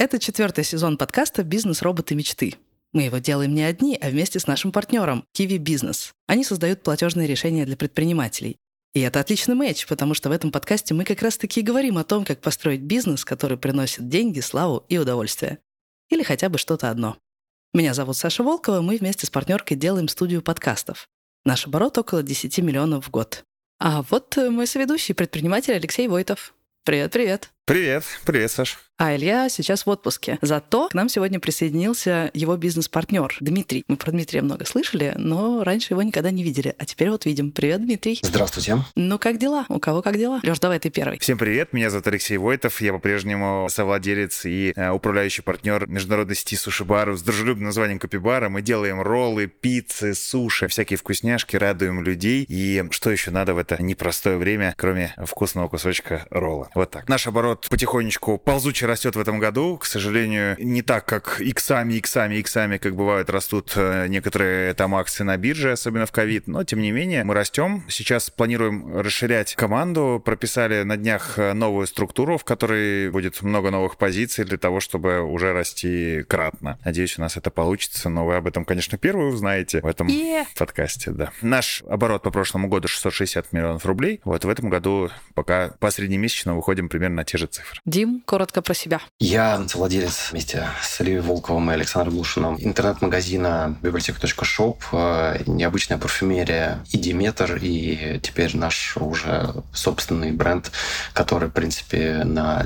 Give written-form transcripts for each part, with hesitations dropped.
Это 4-й сезон подкаста «Бизнес-роботы мечты». Мы его делаем не одни, а вместе с нашим партнером Kiwi Business. Они создают платежные решения для предпринимателей. И это отличный матч, потому что в этом подкасте мы как раз-таки и говорим о том, как построить бизнес, который приносит деньги, славу и удовольствие. Или хотя бы что-то одно. Меня зовут Саша Волкова, мы вместе с партнеркой делаем студию подкастов. Наш оборот около 10 миллионов в год. А вот мой соведущий, предприниматель Алексей Войтов. Привет-привет. Привет, Саш. А Илья сейчас в отпуске. Зато к нам сегодня присоединился его бизнес-партнер Дмитрий. Мы про Дмитрия много слышали, но раньше его никогда не видели. А теперь вот видим. Привет, Дмитрий. Здравствуйте. Ну, как дела? У кого как дела? Лёш, давай ты первый. Всем привет, меня зовут Алексей Войтов. Я по-прежнему совладелец и управляющий партнер международной сети суши-баров с дружелюбным названием Копибара. Мы делаем роллы, пиццы, суши, всякие вкусняшки, радуем людей. И что еще надо в это непростое время, кроме вкусного кусочка ролла? Вот так. Наш оборот потихонечку ползуче растет в этом году. К сожалению, не так, как иксами, как бывает, растут некоторые там акции на бирже, особенно в ковид. Но, тем не менее, мы растем. Сейчас планируем расширять команду. Прописали на днях новую структуру, в которой будет много новых позиций для того, чтобы уже расти кратно. Надеюсь, у нас это получится. Но вы об этом, конечно, первые узнаете в этом подкасте. Да. Наш оборот по прошлому году 660 миллионов рублей. Вот в этом году пока по среднемесячно выходим примерно на те же цифры. Дим, коротко про себя. Я совладелец вместе с Ильей Волковым и Александром Глушиным интернет-магазина bibliotek.shop, необычная парфюмерия и Диметр, и теперь наш уже собственный бренд, который, в принципе, на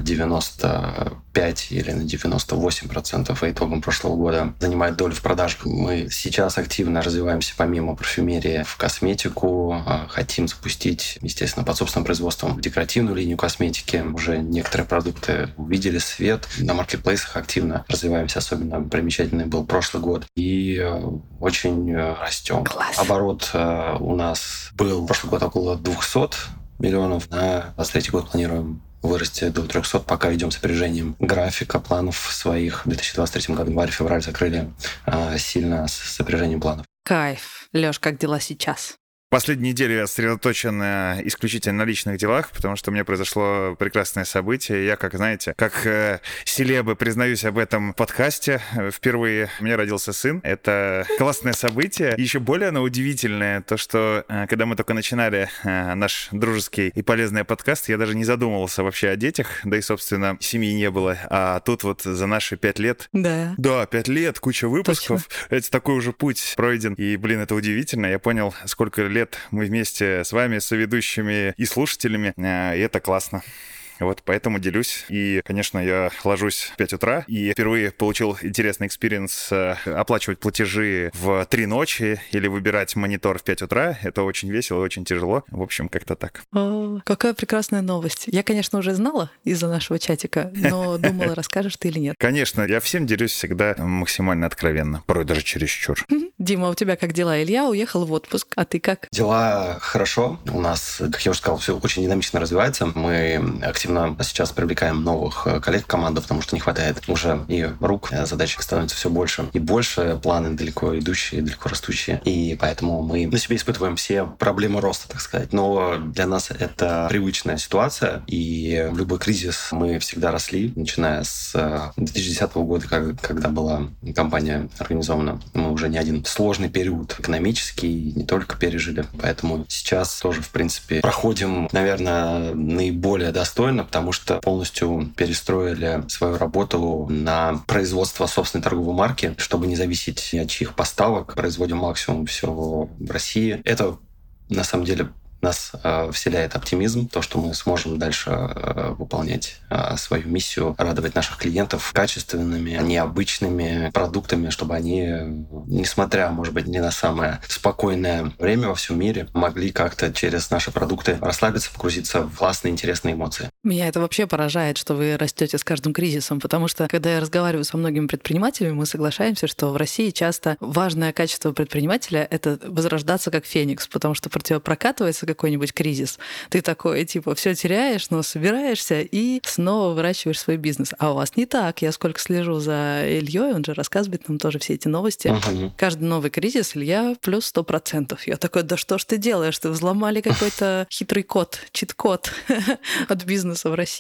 95 или на 98% по итогам прошлого года занимает долю в продажах. Мы сейчас активно развиваемся помимо парфюмерии в косметику, хотим запустить, естественно, под собственным производством декоративную линию косметики. Уже некоторые продукты увидели свет. На маркетплейсах активно развиваемся, особенно примечательный был прошлый год. И очень растем. Класс. Оборот у нас был прошлый год около 200 миллионов. На 2023 год планируем вырасти до 300, пока идем с опережением графика, планов своих. В 2023 году январь-февраль закрыли сильно с опережением планов. Кайф. Лёш, как дела сейчас? Последнюю неделю я сосредоточен исключительно на личных делах, потому что у меня произошло прекрасное событие. Я, как знаете, как селебы признаюсь об этом подкасте. Впервые у меня родился сын. Это классное событие. Еще более оно удивительное, то, что когда мы только начинали наш дружеский и полезный подкаст, я даже не задумывался вообще о детях, да и, собственно, семьи не было. А тут вот за наши 5 лет... Да, 5 лет, куча выпусков. Это такой уже путь пройден. И, это удивительно. Я понял, сколько лет мы вместе с вами, соведущими и слушателями, и это классно. Вот поэтому делюсь. И, конечно, я ложусь в 5 утра и впервые получил интересный экспириенс оплачивать платежи в 3 ночи или выбирать монитор в 5 утра. Это очень весело и очень тяжело. В общем, как-то так. О, какая прекрасная новость. Я, конечно, уже знала из-за нашего чатика, но думала, расскажешь ты или нет. Конечно, я всем делюсь всегда максимально откровенно, порой даже чересчур. Дима, у тебя как дела? Илья уехал в отпуск, а ты как? Дела хорошо. У нас, как я уже сказал, все очень динамично развивается. Мы активно сейчас привлекаем новых коллег в команду, потому что не хватает уже и рук. Задачек становится все больше и больше. Планы далеко идущие, далеко растущие. И поэтому мы на себе испытываем все проблемы роста, так сказать. Но для нас это привычная ситуация. И в любой кризис мы всегда росли, начиная с 2010 года, когда была компания организована. Мы уже не один сложный период экономический, не только пережили. Поэтому сейчас тоже, в принципе, проходим, наверное, наиболее достойно, потому что полностью перестроили свою работу на производство собственной торговой марки, чтобы не зависеть ни от чьих поставок. Производим максимум все в России. Это, на самом деле, нас вселяет оптимизм, то, что мы сможем дальше выполнять свою миссию, радовать наших клиентов качественными, необычными продуктами, чтобы они, несмотря, может быть, не на самое спокойное время во всем мире, могли как-то через наши продукты расслабиться, погрузиться в классные, интересные эмоции. Меня это вообще поражает, что вы растете с каждым кризисом, потому что, когда я разговариваю со многими предпринимателями, мы соглашаемся, что в России часто важное качество предпринимателя — это возрождаться как феникс, потому что противопрокатывается какой-нибудь кризис, ты такой, типа, все теряешь, но собираешься и снова выращиваешь свой бизнес. А у вас не так. Я сколько слежу за Ильей, он же рассказывает нам тоже все эти новости. Каждый новый кризис Илья плюс 100%. Я такой, да что ж ты делаешь? Ты взломали какой-то хитрый код, чит-код от бизнеса в России.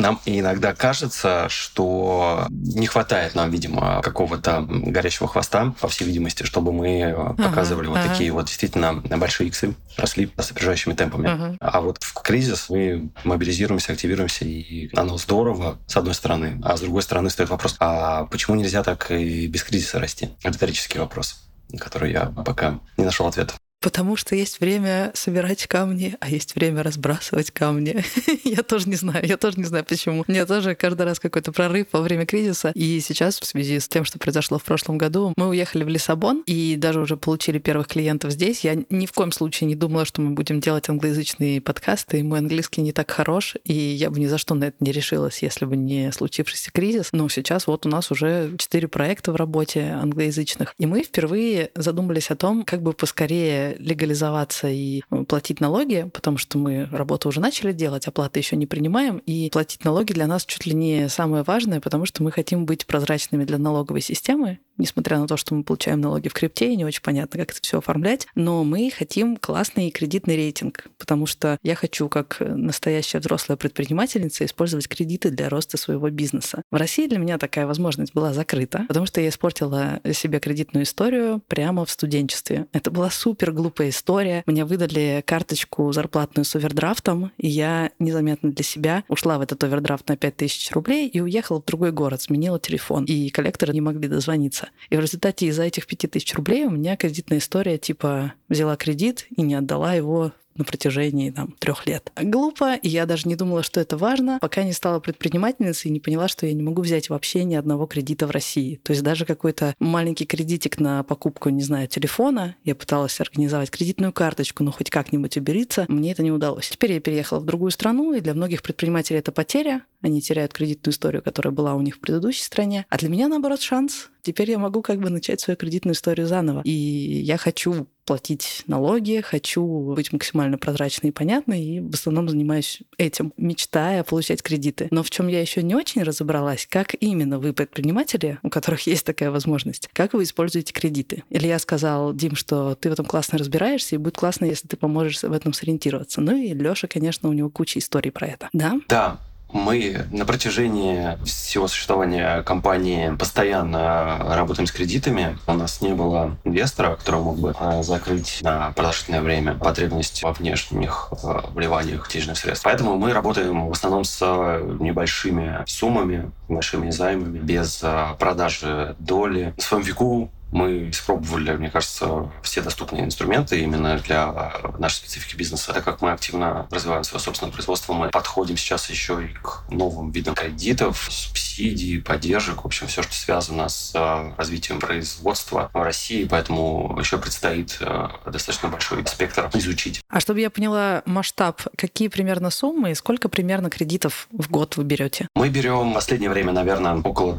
Нам иногда кажется, что не хватает нам, видимо, какого-то горящего хвоста, по всей видимости, чтобы мы показывали вот такие вот действительно большие иксы, росли с опережающими темпами. А вот в кризис мы мобилизируемся, активируемся, и оно здорово, с одной стороны, а с другой стороны стоит вопрос, а почему нельзя так и без кризиса расти? Это риторический вопрос, на который я пока не нашел ответа. Потому что есть время собирать камни, а есть время разбрасывать камни. Я тоже не знаю почему. У меня тоже каждый раз какой-то прорыв во время кризиса. И сейчас в связи с тем, что произошло в прошлом году, мы уехали в Лиссабон и даже уже получили первых клиентов здесь. Я ни в коем случае не думала, что мы будем делать англоязычные подкасты, и мой английский не так хорош, и я бы ни за что на это не решилась, если бы не случившийся кризис. Но сейчас вот у нас уже 4 проекта в работе англоязычных, и мы впервые задумались о том, как бы поскорее легализоваться и платить налоги, потому что мы работу уже начали делать, оплаты еще не принимаем, и платить налоги для нас чуть ли не самое важное, потому что мы хотим быть прозрачными для налоговой системы, несмотря на то, что мы получаем налоги в крипте, и не очень понятно, как это все оформлять, но мы хотим классный кредитный рейтинг, потому что я хочу, как настоящая взрослая предпринимательница, использовать кредиты для роста своего бизнеса. В России для меня такая возможность была закрыта, потому что я испортила себе кредитную историю прямо в студенчестве. Это была супер глупая история. Мне выдали карточку зарплатную с овердрафтом, и я незаметно для себя ушла в этот овердрафт на 5000 рублей и уехала в другой город, сменила телефон, и коллекторы не могли дозвониться. И в результате из-за этих 5000 рублей у меня кредитная история типа взяла кредит и не отдала его на протяжении 3 лет. Глупо, и я даже не думала, что это важно, пока не стала предпринимательницей и не поняла, что я не могу взять вообще ни одного кредита в России. То есть даже какой-то маленький кредитик на покупку, не знаю, телефона, я пыталась организовать кредитную карточку, но хоть как-нибудь убериться, мне это не удалось. Теперь я переехала в другую страну, и для многих предпринимателей это потеря. Они теряют кредитную историю, которая была у них в предыдущей стране. А для меня, наоборот, шанс. Теперь я могу начать свою кредитную историю заново. И я хочу платить налоги, хочу быть максимально прозрачной и понятной, и в основном занимаюсь этим, мечтая получать кредиты. Но в чем я еще не очень разобралась, как именно вы, предприниматели, у которых есть такая возможность, как вы используете кредиты. Илья сказал: Дим, что ты в этом классно разбираешься, и будет классно, если ты поможешь в этом сориентироваться. Ну и Лёша, конечно, у него куча историй про это. Да? Да. Мы на протяжении всего существования компании постоянно работаем с кредитами. У нас не было инвестора, который мог бы закрыть на продолжительное время потребность во внешних вливаниях денежных средств. Поэтому мы работаем в основном с небольшими суммами, небольшими займами, без продажи доли. На своем веку мы испробовали, мне кажется, все доступные инструменты именно для нашей специфики бизнеса. Так как мы активно развиваем свое собственное производство, мы подходим сейчас еще и к новым видам кредитов, субсидий, поддержек, в общем, все, что связано с развитием производства в России, поэтому еще предстоит достаточно большой спектр изучить. А чтобы я поняла масштаб, какие примерно суммы и сколько примерно кредитов в год вы берете? Мы берем в последнее время, наверное, около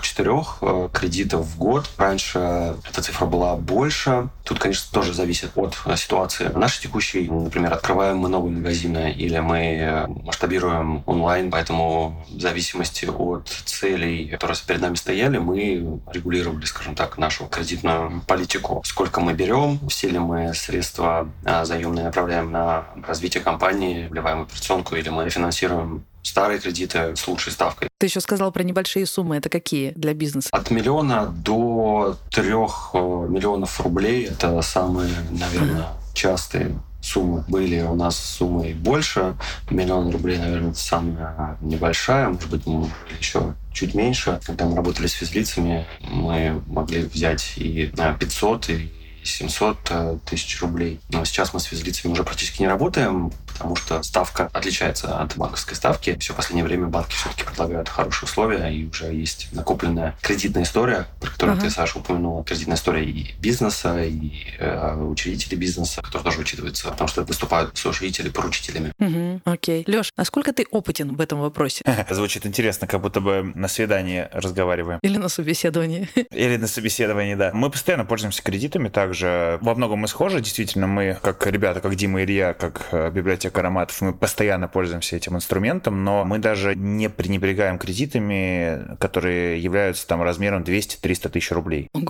3-4 кредитов в год. Раньше эта цифра была больше. Тут, конечно, тоже зависит от ситуации нашей текущей. Например, открываем мы новые магазины или мы масштабируем онлайн, поэтому в зависимости от целей, которые перед нами стояли, мы регулировали, скажем так, нашу кредитную политику. Сколько мы берем, все ли мы средства заемные направляем на развитие компании, вливаем в операционку, или мы финансируем старые кредиты с лучшей ставкой. Ты еще сказал про небольшие суммы. Это какие для бизнеса? От 1 миллиона до 3 миллионов рублей. Это самые, наверное, частые суммы. Были у нас суммы и больше. 1 миллион рублей, наверное, это самая небольшая. Может быть, еще чуть меньше. Когда мы работали с физлицами, мы могли взять и 500, и 700 тысяч рублей. Но сейчас мы с физлицами уже практически не работаем, потому что ставка отличается от банковской ставки. Все последнее время банки все-таки предлагают хорошие условия, и уже есть накопленная кредитная история, про которую ты, Саша, упомянула. Кредитная история и бизнеса, и учредителей бизнеса, которые тоже учитываются, потому что выступают служители поручителями. Окей. Лёш, насколько ты опытен в этом вопросе? Звучит интересно, как будто бы на свидании разговариваем. Или на собеседовании. Или на собеседовании, да. Мы постоянно пользуемся кредитами, также во многом мы схожи. Действительно, мы, как ребята, как Дима и Илья, как библиотека Ароматов, мы постоянно пользуемся этим инструментом, но мы даже не пренебрегаем кредитами, которые являются размером 200-300 тысяч рублей. Ого.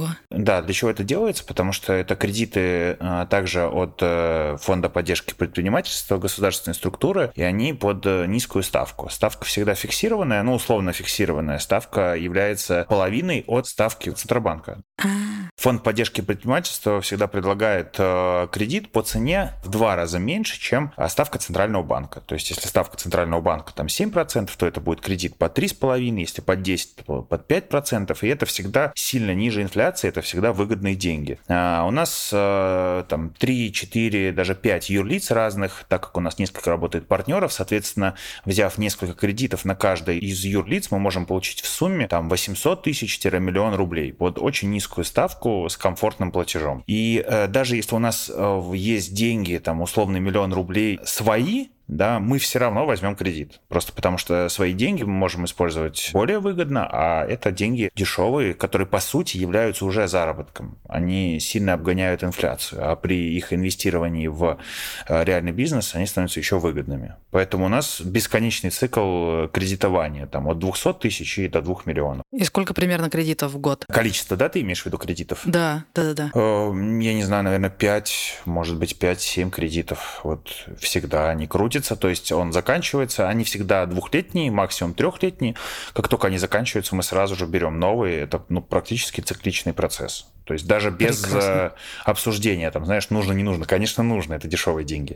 Да, для чего это делается? Потому что это кредиты также от Фонда поддержки предпринимательства, государственной структуры, и они под низкую ставку. Ставка всегда фиксированная, условно фиксированная. Ставка является половиной от ставки Центробанка. Фонд поддержки предпринимательства всегда предлагает кредит по цене в 2 раза меньше, чем ставка Центрального банка. То есть, если ставка Центрального банка там 7%, то это будет кредит под 3,5%, если под 10%, то под 5%, и это всегда сильно ниже инфляции, это всегда выгодные деньги. У нас там 3, 4, даже 5 юрлиц разных, так как у нас несколько работает партнеров, соответственно, взяв несколько кредитов на каждой из юрлиц, мы можем получить в сумме там 800 тысяч-миллион рублей под очень низкую ставку с комфортным платежом. И даже если у нас есть деньги, там условный 1 000 000 рублей свои, да, мы все равно возьмем кредит. Просто потому что свои деньги мы можем использовать более выгодно, а это деньги дешевые, которые, по сути, являются уже заработком. Они сильно обгоняют инфляцию, а при их инвестировании в реальный бизнес они становятся еще выгодными. Поэтому у нас бесконечный цикл кредитования, там, от 200 тысяч и до 2 миллионов. И сколько примерно кредитов в год? Количество, да, ты имеешь в виду кредитов? Да. Я не знаю, наверное, 5, может быть, 5-7 кредитов. Вот всегда они крутятся. То есть он заканчивается, они всегда 2-летние, максимум 3-летние. Как только они заканчиваются, мы сразу же берем новые. Это практически цикличный процесс. То есть даже без обсуждения, там, знаешь, нужно, не нужно. Конечно, нужно, это дешевые деньги.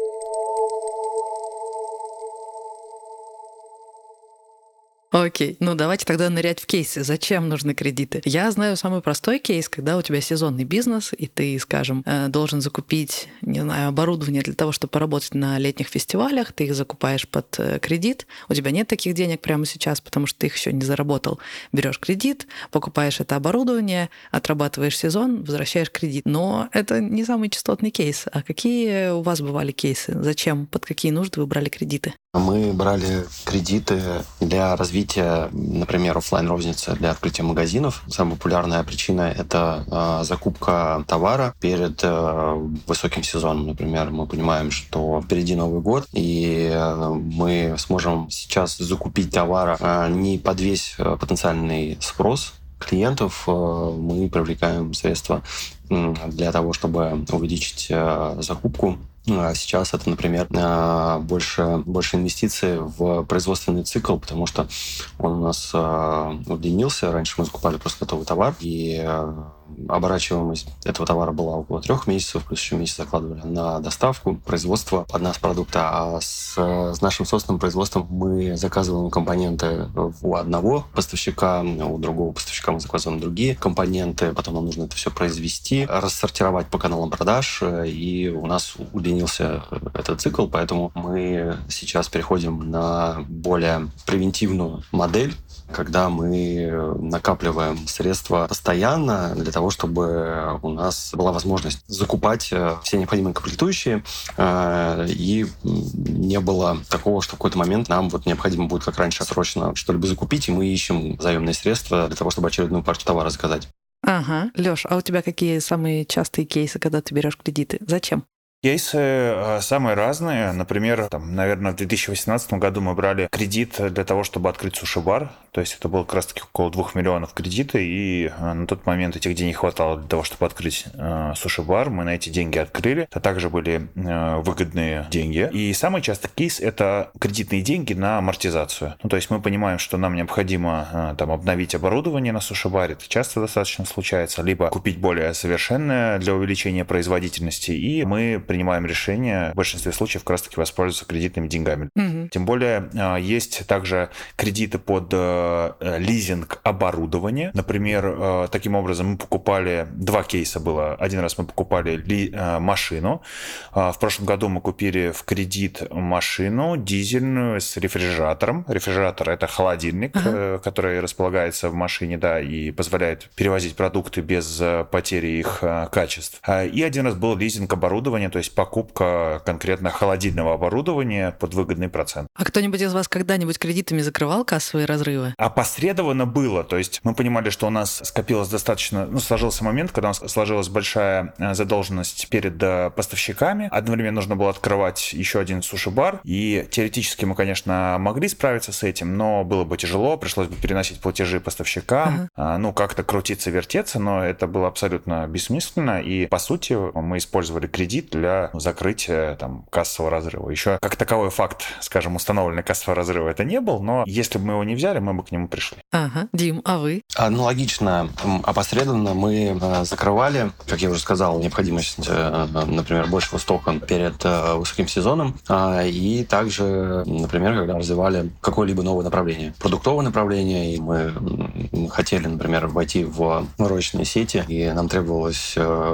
Окей, давайте тогда нырять в кейсы. Зачем нужны кредиты? Я знаю самый простой кейс, когда у тебя сезонный бизнес, и ты, скажем, должен закупить, не знаю, оборудование для того, чтобы поработать на летних фестивалях, ты их закупаешь под кредит, у тебя нет таких денег прямо сейчас, потому что ты их еще не заработал. Берешь кредит, покупаешь это оборудование, отрабатываешь сезон, возвращаешь кредит. Но это не самый частотный кейс. А какие у вас бывали кейсы? Зачем, под какие нужды вы брали кредиты? Мы брали кредиты для развития, например, офлайн-розницы, для открытия магазинов. Самая популярная причина — это закупка товара перед высоким сезоном. Например, мы понимаем, что впереди Новый год, и мы сможем сейчас закупить товара не под весь потенциальный спрос клиентов. Мы привлекаем средства для того, чтобы увеличить закупку. Сейчас это, например, больше инвестиций в производственный цикл, потому что он у нас удлинился. Раньше мы закупали просто готовый товар, и оборачиваемость этого товара была около 3 месяцев, плюс еще месяц закладывали на доставку, производство под нас продукта. А с нашим собственным производством мы заказываем компоненты у одного поставщика, у другого поставщика мы заказываем другие компоненты, потом нам нужно это все произвести, рассортировать по каналам продаж, и у нас удлинился этот цикл, поэтому мы сейчас переходим на более превентивную модель, когда мы накапливаем средства постоянно для того, чтобы у нас была возможность закупать все необходимые комплектующие, и не было такого, что в какой-то момент нам необходимо будет, как раньше, срочно что-либо закупить, и мы ищем заемные средства для того, чтобы очередную партию товара заказать. Ага. Лёш, а у тебя какие самые частые кейсы, когда ты берешь кредиты? Зачем? Кейсы самые разные. Например, наверное, в 2018 году мы брали кредит для того, чтобы открыть суши-бар. То есть это было как раз-таки около 2 миллионов кредита, и на тот момент этих денег хватало для того, чтобы открыть суши-бар. Мы на эти деньги открыли. Это также были выгодные деньги. И самый частый кейс – это кредитные деньги на амортизацию. То есть мы понимаем, что нам необходимо обновить оборудование на суши-баре. Это часто достаточно случается. Либо купить более совершенное для увеличения производительности. И мы принимаем решение в большинстве случаев как раз-таки воспользоваться кредитными деньгами. Угу. Тем более есть также кредиты под лизинг оборудования. Например, таким образом мы покупали, 2 кейса было. Один раз мы покупали машину. В прошлом году мы купили в кредит машину дизельную с рефрижератором. Рефрижератор — это холодильник, который располагается в машине, да, и позволяет перевозить продукты без потери их качеств. И один раз был лизинг оборудования, то то есть покупка конкретно холодильного оборудования под выгодный процент. А кто-нибудь из вас когда-нибудь кредитами закрывал кассовые разрывы? Опосредованно было, то есть мы понимали, что у нас скопилось достаточно, сложился момент, когда у нас сложилась большая задолженность перед поставщиками, одновременно нужно было открывать еще один суши-бар, и теоретически мы, конечно, могли справиться с этим, но было бы тяжело, пришлось бы переносить платежи поставщикам, как-то крутиться, вертеться, но это было абсолютно бессмысленно, и, по сути, мы использовали кредит для закрытия кассового разрыва. Еще как таковой факт, скажем, установленный кассового разрыва это не был, но если бы мы его не взяли, мы бы к нему пришли. Ага. Дим, а вы? Аналогично, опосредованно мы закрывали, как я уже сказал, необходимость, например, большего стока перед высоким сезоном, и также, например, когда развивали какое-либо новое направление, продуктовое направление, и мы хотели, например, войти в розничные сети, и нам требовалось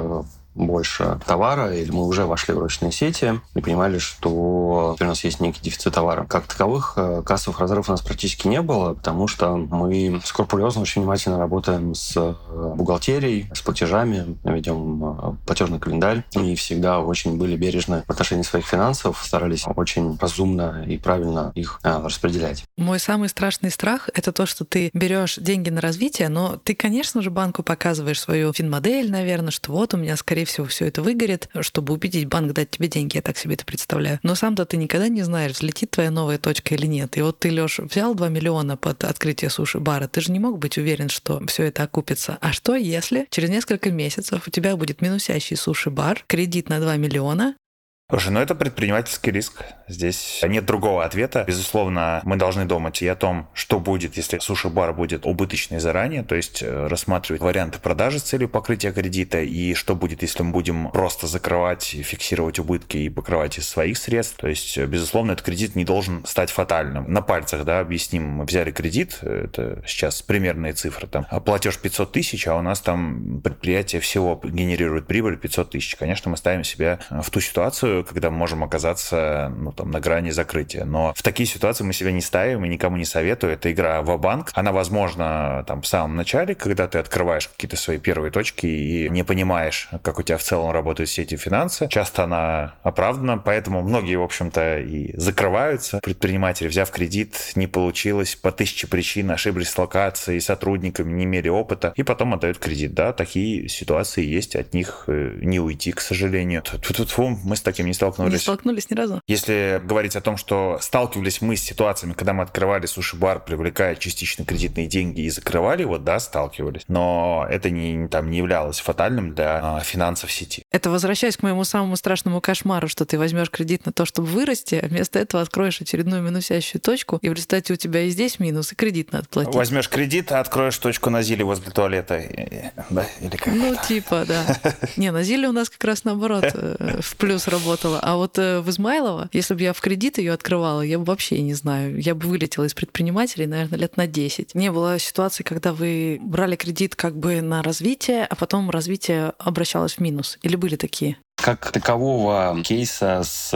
больше товара, или мы уже вошли в розничные сети и понимали, что теперь у нас есть некий дефицит товара. Как таковых кассовых разрывов у нас практически не было, потому что мы скрупулезно, очень внимательно работаем с бухгалтерией, с платежами, ведем платежный календарь и всегда очень были бережны в отношении своих финансов, старались очень разумно и правильно их распределять. Мой самый страшный страх — это то, что ты берешь деньги на развитие, но ты, конечно же, банку показываешь свою финмодель, наверное, что вот у меня, скорее всего, все это выгорит, чтобы убедить банк дать тебе деньги, я так себе это представляю. Но сам-то ты никогда не знаешь, взлетит твоя новая точка или нет. И вот ты, Лёш, взял 2 миллиона под открытие суши-бара, ты же не мог быть уверен, что все это окупится. А что, если через несколько месяцев у тебя будет минусящий суши-бар, кредит на 2 миллиона, Слушай, это предпринимательский риск. Здесь нет другого ответа. Безусловно, мы должны думать и о том, что будет, если суши-бар будет убыточный заранее, то есть рассматривать варианты продажи с целью покрытия кредита, и что будет, если мы будем просто закрывать, фиксировать убытки и покрывать из своих средств. То есть, безусловно, этот кредит не должен стать фатальным. На пальцах, объясним, мы взяли кредит, это сейчас примерные цифры, платеж 500 тысяч, а у нас предприятие всего генерирует прибыль 500 тысяч. Конечно, мы ставим себя в ту ситуацию, когда мы можем оказаться на грани закрытия. Но в такие ситуации мы себя не ставим и никому не советую. Это игра ва-банк. Она возможна в самом начале, когда ты открываешь какие-то свои первые точки и не понимаешь, как у тебя в целом работают все эти финансы. Часто она оправдана, поэтому многие, в общем-то, и закрываются. Предприниматели, взяв кредит, не получилось по 1000 причин, ошиблись с локацией, сотрудниками, не имели опыта, и потом отдают кредит. Да, такие ситуации есть, от них не уйти, к сожалению. Тьфу-тьфу-тьфу, мы с таким не столкнулись. Не столкнулись ни разу. Если говорить о том, что сталкивались мы с ситуациями, когда мы открывали суши-бар, привлекая частично кредитные деньги и закрывали, сталкивались. Но это не являлось фатальным для финансов сети. Это возвращаясь к моему самому страшному кошмару, что ты возьмешь кредит на то, чтобы вырасти, а вместо этого откроешь очередную минусящую точку, и в результате у тебя и здесь минус, и кредит надо платить. Возьмешь кредит, а откроешь точку на Зиле возле туалета. Да? Или как? Да. Не, на Зиле у нас как раз наоборот в плюс работало. А вот в Измайлово, если бы я в кредит ее открывала, я бы вообще не знаю. Я бы вылетела из предпринимателей, наверное, лет на 10. Не было ситуации, когда вы брали кредит на развитие, а потом развитие обращалось в минус. Или были такие? Как такового кейса с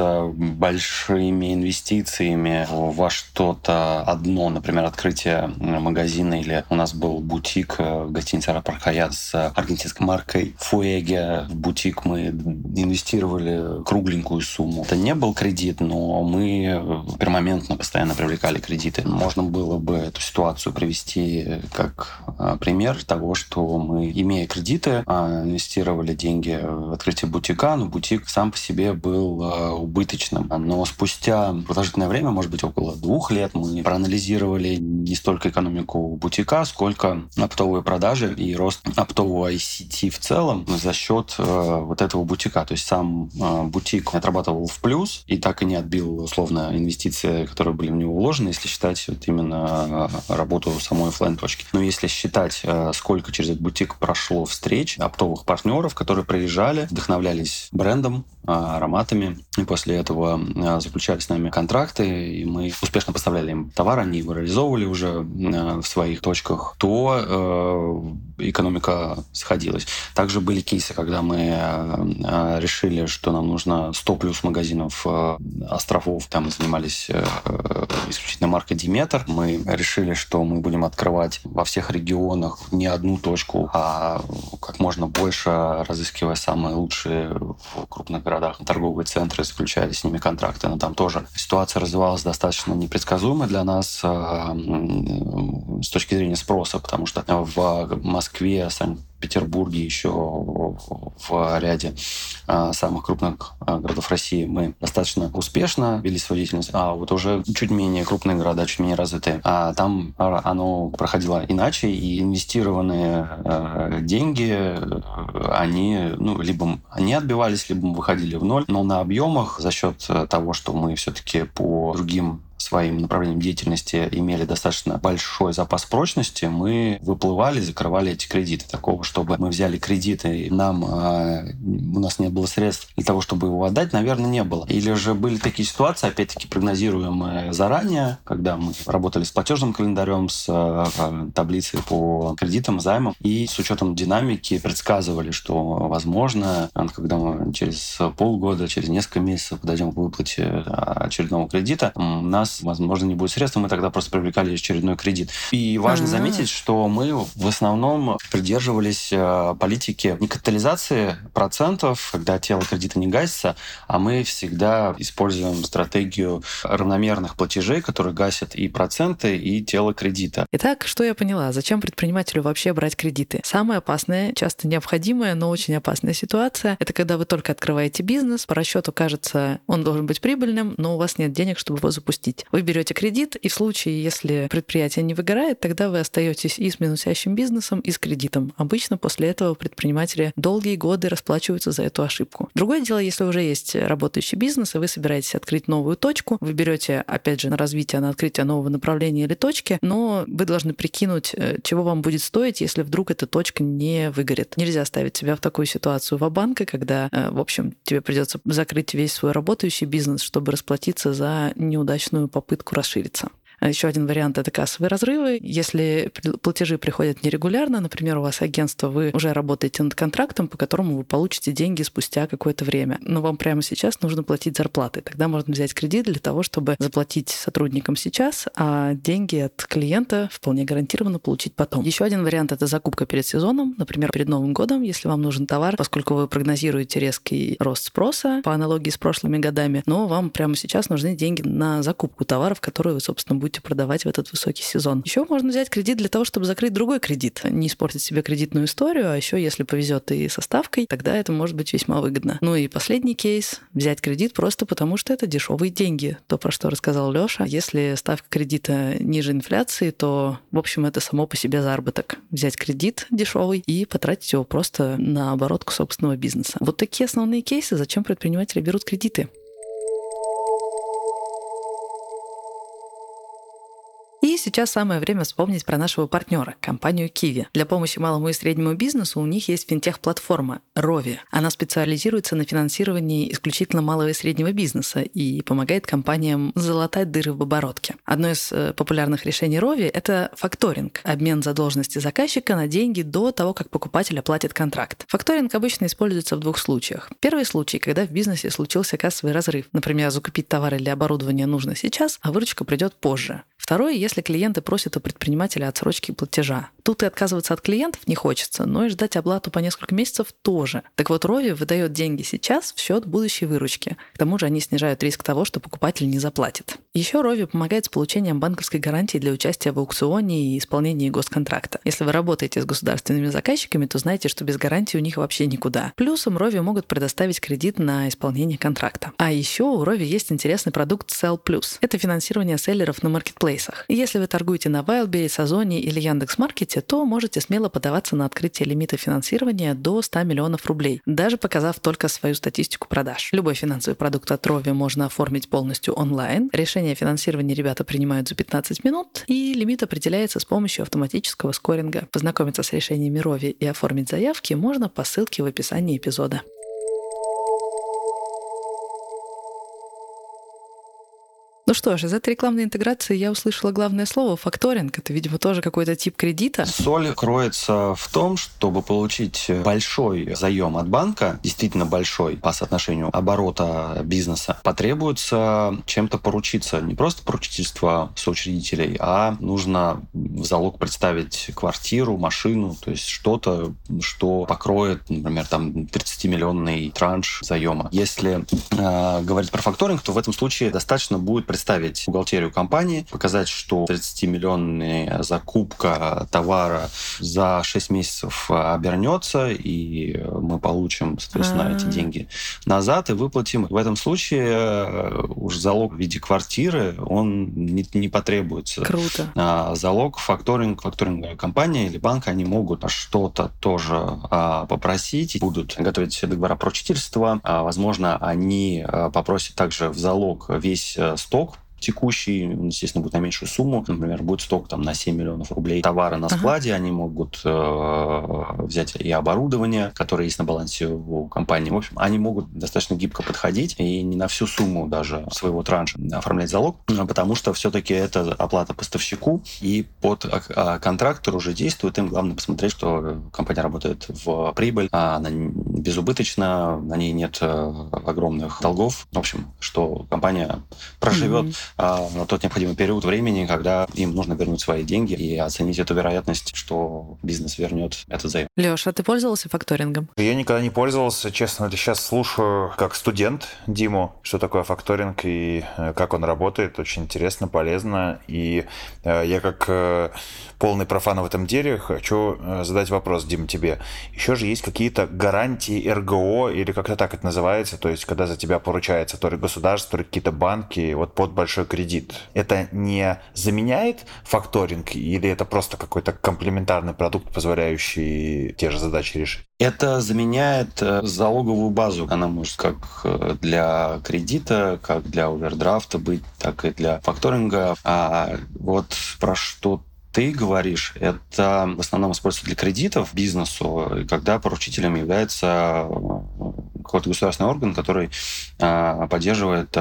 большими инвестициями во что-то одно, например, открытие магазина, или у нас был бутик в гостинице «Аэропорт Хаят» с аргентинской маркой «Фуэге». В бутик мы инвестировали кругленькую сумму. Это не был кредит, но мы пермоментно постоянно привлекали кредиты. Можно было бы эту ситуацию привести как пример того, что мы, имея кредиты, инвестировали деньги в открытие бутика, но бутик сам по себе был убыточным. Но спустя продолжительное время, может быть, около 2 лет, мы проанализировали не столько экономику бутика, сколько оптовые продажи и рост оптового ICT в целом за счет этого бутика. То есть сам бутик отрабатывал в плюс и так и не отбил, условно, инвестиции, которые были в него вложены, если считать именно работу самой офлайн-точки. Но если считать, сколько через этот бутик прошло встреч оптовых партнеров, которые приезжали, вдохновлялись брендом, ароматами, и после этого заключали с нами контракты, и мы успешно поставляли им товар, они его реализовывали уже в своих точках, то экономика сходилась. Также были кейсы, когда мы решили, что нам нужно 100 плюс магазинов островов. Там мы занимались исключительно маркой Диметр. Мы решили, что мы будем открывать во всех регионах не одну точку, а как можно больше, разыскивая самые лучшие в крупных городах торговые центры, заключали с ними контракты. Но там тоже ситуация развивалась достаточно непредсказуемо для нас с точки зрения спроса, потому что в Москве, Санкт-Петербурге, еще в ряде самых крупных городов России мы достаточно успешно вели свою деятельность, а вот уже чуть менее крупные города, чуть менее развитые, там оно проходило иначе, и инвестированные деньги, они либо не отбивались, либо выходили в ноль, но на объемах за счет того, что мы все-таки по другим своим направлением деятельности имели достаточно большой запас прочности, мы выплывали, закрывали эти кредиты. Такого, чтобы мы взяли кредиты, и у нас не было средств для того, чтобы его отдать, наверное, не было. Или же были такие ситуации, опять-таки, прогнозируемые заранее, когда мы работали с платежным календарем, с таблицей по кредитам, займам, и с учетом динамики предсказывали, что, возможно, когда мы через полгода, через несколько месяцев подойдем к выплате очередного кредита, у нас, возможно, не будет средств, мы тогда просто привлекали очередной кредит. И важно заметить, что мы в основном придерживались политики не капитализации процентов, когда тело кредита не гасится, а мы всегда используем стратегию равномерных платежей, которые гасят и проценты, и тело кредита. Итак, что я поняла? Зачем предпринимателю вообще брать кредиты? Самая опасная, часто необходимая, но очень опасная ситуация — это когда вы только открываете бизнес, по расчету кажется, он должен быть прибыльным, но у вас нет денег, чтобы его запустить. Вы берете кредит, и в случае, если предприятие не выгорает, тогда вы остаетесь и с минусящим бизнесом, и с кредитом. Обычно после этого предприниматели долгие годы расплачиваются за эту ошибку. Другое дело, если уже есть работающий бизнес, и вы собираетесь открыть новую точку, вы берете, опять же, на развитие, на открытие нового направления или точки, но вы должны прикинуть, чего вам будет стоить, если вдруг эта точка не выгорит. Нельзя ставить себя в такую ситуацию ва-банка, когда, в общем, тебе придется закрыть весь свой работающий бизнес, чтобы расплатиться за неудачную попытку расшириться. Еще один вариант — это кассовые разрывы. Если платежи приходят нерегулярно, например, у вас агентство, вы уже работаете над контрактом, по которому вы получите деньги спустя какое-то время, но вам прямо сейчас нужно платить зарплаты. Тогда можно взять кредит для того, чтобы заплатить сотрудникам сейчас, а деньги от клиента вполне гарантированно получить потом. Еще один вариант — это закупка перед сезоном, например, перед Новым годом, если вам нужен товар, поскольку вы прогнозируете резкий рост спроса по аналогии с прошлыми годами, но вам прямо сейчас нужны деньги на закупку товаров, которые вы, собственно, будете продавать в этот высокий сезон. Еще можно взять кредит для того, чтобы закрыть другой кредит, не испортить себе кредитную историю, а еще, если повезет и со ставкой, тогда это может быть весьма выгодно. Ну и последний кейс — взять кредит просто потому, что это дешевые деньги. То, про что рассказал Лёша. Если ставка кредита ниже инфляции, то, в общем, это само по себе заработок. Взять кредит дешевый и потратить его просто на оборотку собственного бизнеса. Вот такие основные кейсы, зачем предприниматели берут кредиты. И сейчас самое время вспомнить про нашего партнера, компанию Kiwi. Для помощи малому и среднему бизнесу у них есть финтех-платформа Rovi. Она специализируется на финансировании исключительно малого и среднего бизнеса и помогает компаниям залатать дыры в оборотке. Одно из популярных решений Rovi — это факторинг — обмен задолженности заказчика на деньги до того, как покупатель оплатит контракт. Факторинг обычно используется в двух случаях. Первый случай — когда в бизнесе случился кассовый разрыв. Например, закупить товар или оборудование нужно сейчас, а выручка придет позже. Второе, если клиенты просят у предпринимателя отсрочки платежа. Тут и отказываться от клиентов не хочется, но и ждать оплату по несколько месяцев тоже. Так вот, Rovi выдает деньги сейчас в счет будущей выручки. К тому же они снижают риск того, что покупатель не заплатит. Еще Rovi помогает с получением банковской гарантии для участия в аукционе и исполнении госконтракта. Если вы работаете с государственными заказчиками, то знайте, что без гарантии у них вообще никуда. Плюсом Rovi могут предоставить кредит на исполнение контракта. А еще у Rovi есть интересный продукт Sell+. Это финансирование селлеров на маркетплейсах. Если вы торгуете на Wildberries, Озоне или Яндекс.Маркете, то можете смело подаваться на открытие лимита финансирования до 100 миллионов рублей, даже показав только свою статистику продаж. Любой финансовый продукт от Rovi можно оформить полностью онлайн. Решение финансирования ребята принимают за 15 минут, и лимит определяется с помощью автоматического скоринга. Познакомиться с решениями Rovi и оформить заявки можно по ссылке в описании эпизода. Ну что ж, из этой рекламной интеграции я услышала главное слово — факторинг. Это, видимо, тоже какой-то тип кредита. Соль кроется в том, чтобы получить большой заем от банка, действительно большой по соотношению оборота бизнеса, потребуется чем-то поручиться. Не просто поручительство соучредителей, а нужно в залог представить квартиру, машину, то есть что-то, что покроет, например, там 30-миллионный транш заема. Если говорить про факторинг, то в этом случае достаточно будет представить бухгалтерию компании, показать, что 30-миллионная закупка товара за 6 месяцев обернется, и мы получим, соответственно, эти деньги назад и выплатим. В этом случае уж залог в виде квартиры, он не потребуется. Круто. Залог, факторинговая компания или банк, они могут что-то тоже попросить, будут готовить договора поручительства. Возможно, они попросят также в залог весь сток текущий, он, естественно, будет на меньшую сумму. Например, будет сток там, на 7 миллионов рублей товара на складе. Они могут взять и оборудование, которое есть на балансе у компании. В общем, они могут достаточно гибко подходить и не на всю сумму даже своего транша оформлять залог, потому что все-таки это оплата поставщику, и под контрактор уже действует. Им главное посмотреть, что компания работает в прибыль, она безубыточна, на ней нет огромных долгов. В общем, что компания проживет на тот необходимый период времени, когда им нужно вернуть свои деньги и оценить эту вероятность, что бизнес вернет этот заем. Лёш, а ты пользовался факторингом? Я никогда не пользовался, честно, это сейчас слушаю как студент Диму, что такое факторинг и как он работает. Очень интересно, полезно. И я как полный профан в этом деле хочу задать вопрос, Дим, тебе. Еще же есть какие-то гарантии РГО, или как-то так это называется, то есть когда за тебя поручается то ли государство, то ли какие-то банки, вот под большой кредит. Это не заменяет факторинг, или это просто какой-то комплементарный продукт, позволяющий те же задачи решить? Это заменяет залоговую базу. Она может как для кредита, как для овердрафта быть, так и для факторинга. А вот про что ты говоришь, это в основном используется для кредитов бизнесу, когда поручителем является какой-то государственный орган, который поддерживает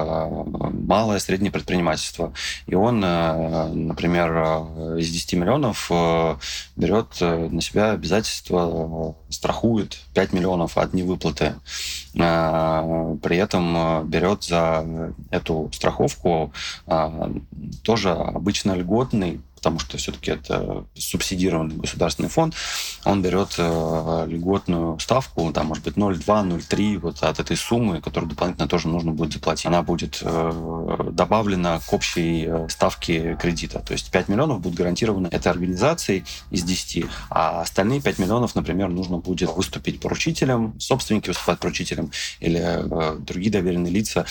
малое и среднее предпринимательство. И он, например, из 10 миллионов берет на себя обязательства, страхует 5 миллионов от невыплаты. При этом берет за эту страховку тоже обычно льготный, потому что все-таки это субсидированный государственный фонд, он берет льготную ставку, там, может быть, 0,2, 0,3 вот от этой суммы, которую дополнительно тоже нужно будет заплатить. Она будет добавлена к общей ставке кредита. То есть 5 миллионов будут гарантированы этой организацией из 10, а остальные 5 миллионов, например, нужно будет выступить поручителем, собственники выступают поручителем или другие доверенные лица.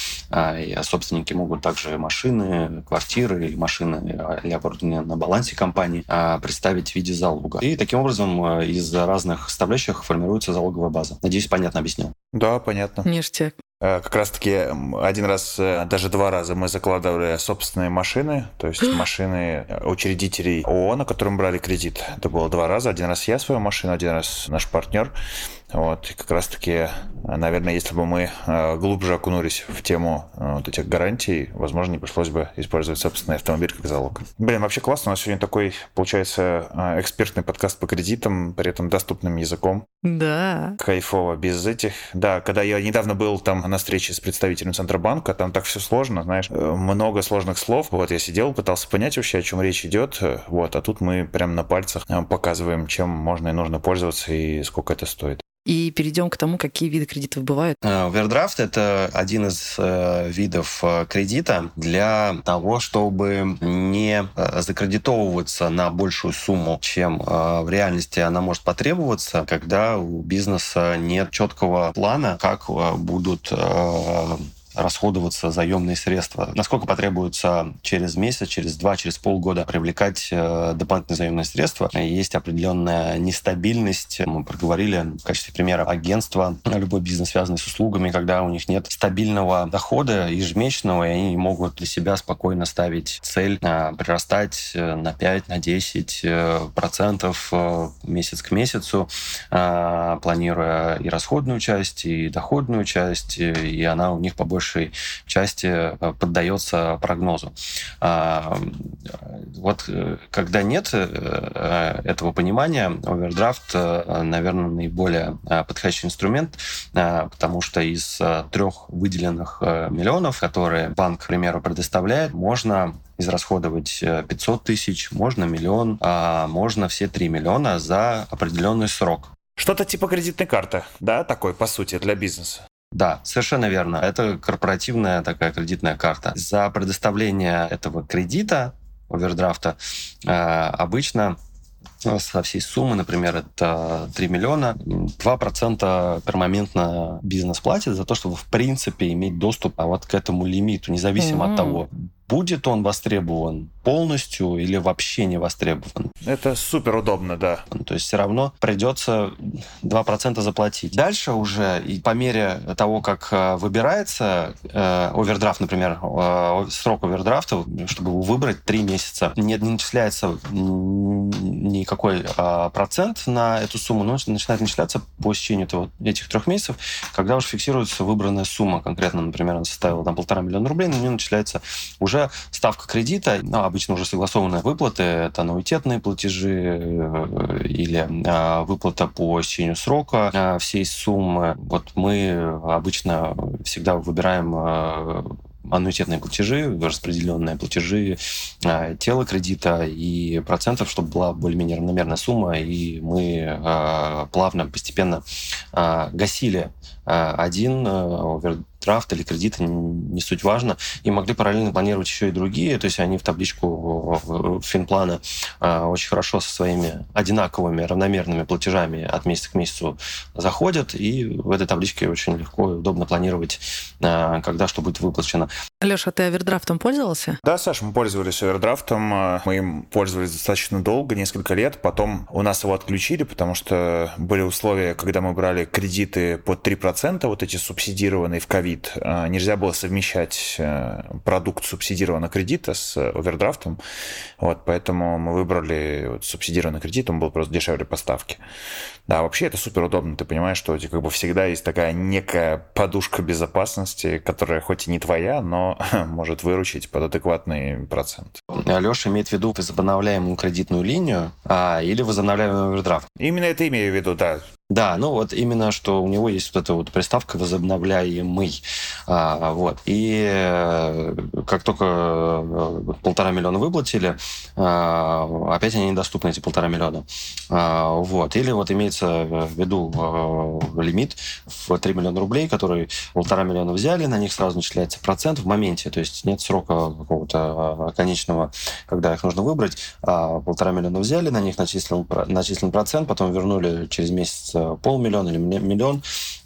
И собственники могут также машины, квартиры или машины или оборудование на балансе компании представить в виде залога. И таким образом из разных составляющих формируется залоговая база. Надеюсь, понятно объяснил. Да, понятно. Ништяк. Как раз-таки один раз, даже 2 раза мы закладывали собственные машины, то есть машины учредителей ООО, на котором брали кредит. Это было 2 раза. Один раз я свою машину, один раз наш партнер. Вот, и как раз-таки, наверное, если бы мы глубже окунулись в тему вот этих гарантий, возможно, не пришлось бы использовать собственный автомобиль как залог. Блин, вообще классно. У нас сегодня такой, получается, экспертный подкаст по кредитам, при этом доступным языком. Да. Кайфово, без этих. Да, когда я недавно был там на встрече с представителем Центробанка, там так все сложно, знаешь, много сложных слов. Вот я сидел, пытался понять вообще, о чем речь идет. Вот, а тут мы прям на пальцах показываем, чем можно и нужно пользоваться и сколько это стоит. И перейдем к тому, какие виды кредитов бывают. Овердрафт — это один из видов кредита для того, чтобы не закредитовываться на большую сумму, чем в реальности она может потребоваться, когда у бизнеса нет четкого плана, как будут расходоваться заемные средства. Насколько потребуется через месяц, через 2, через полгода привлекать дополнительные заемные средства. Есть определенная нестабильность. Мы проговорили в качестве примера агентства, любой бизнес, связанный с услугами, когда у них нет стабильного дохода ежемесячного, и они могут для себя спокойно ставить цель прирастать на 5, на 10% месяц к месяцу, планируя и расходную часть, и доходную часть, и она у них по большей большей части поддается прогнозу. Вот когда нет этого понимания, овердрафт, наверное, наиболее подходящий инструмент, потому что из 3 выделенных миллионов, которые банк, к примеру, предоставляет, можно израсходовать 500 тысяч, можно 1 миллион, а можно все 3 миллиона за определенный срок. Что-то типа кредитной карты, да, такой, по сути, для бизнеса? Да, совершенно верно. Это корпоративная такая кредитная карта. За предоставление этого кредита, овердрафта, обычно со всей суммы, например, это 3 миллиона, 2% пермоментно бизнес платит за то, чтобы, в принципе, иметь доступ вот к этому лимиту, независимо от того, будет он востребован полностью или вообще не востребован. Это супер удобно, да. То есть все равно придется 2% заплатить. Дальше уже, и по мере того, как выбирается овердрафт, например, срок овердрафта, чтобы его выбрать 3 месяца, не начисляется никакой процент на эту сумму, но начинает начисляться по истечению этих 3 месяцев, когда уже фиксируется выбранная сумма. Конкретно, например, она составила 1,5 миллиона рублей, на нее начисляется уже ставка кредита, обычно уже согласованные выплаты, это аннуитетные платежи или выплата по истечению срока всей суммы. Вот мы обычно всегда выбираем аннуитетные платежи, распределенные платежи, тело кредита и процентов, чтобы была более-менее равномерная сумма, и мы плавно, постепенно гасили один овердрафт или кредит, не суть важно, и могли параллельно планировать еще и другие, то есть они в табличку финплана очень хорошо со своими одинаковыми равномерными платежами от месяца к месяцу заходят, и в этой табличке очень легко и удобно планировать, когда что будет выплачено. Леша, ты овердрафтом пользовался? Да, Саш, мы пользовались овердрафтом, мы им пользовались достаточно долго, несколько лет, потом у нас его отключили, потому что были условия, когда мы брали кредиты под 3%, вот эти субсидированные в ковид, нельзя было совмещать продукт субсидированного кредита с овердрафтом, вот, поэтому мы выбрали субсидированный кредит, он был просто дешевле поставки. Да, вообще это супер удобно, ты понимаешь, что у тебя как бы всегда есть такая некая подушка безопасности, которая хоть и не твоя, но может выручить под адекватный процент. Леша имеет в виду возобновляемую кредитную линию или возобновляемый овердрафт? Именно это имею в виду, да. Да, ну вот именно, что у него есть вот эта вот приставка «возобновляемый». Вот. И как только 1,5 миллиона выплатили, опять они недоступны, эти 1,5 миллиона. Вот. Или вот имеется в виду лимит в 3 миллиона рублей, который 1,5 миллиона взяли, на них сразу начисляется процент в моменте, то есть нет срока какого-то конечного, когда их нужно выбрать. 1,5 миллиона взяли, на них начислен процент, потом вернули через месяц 500 000 или 1 миллион.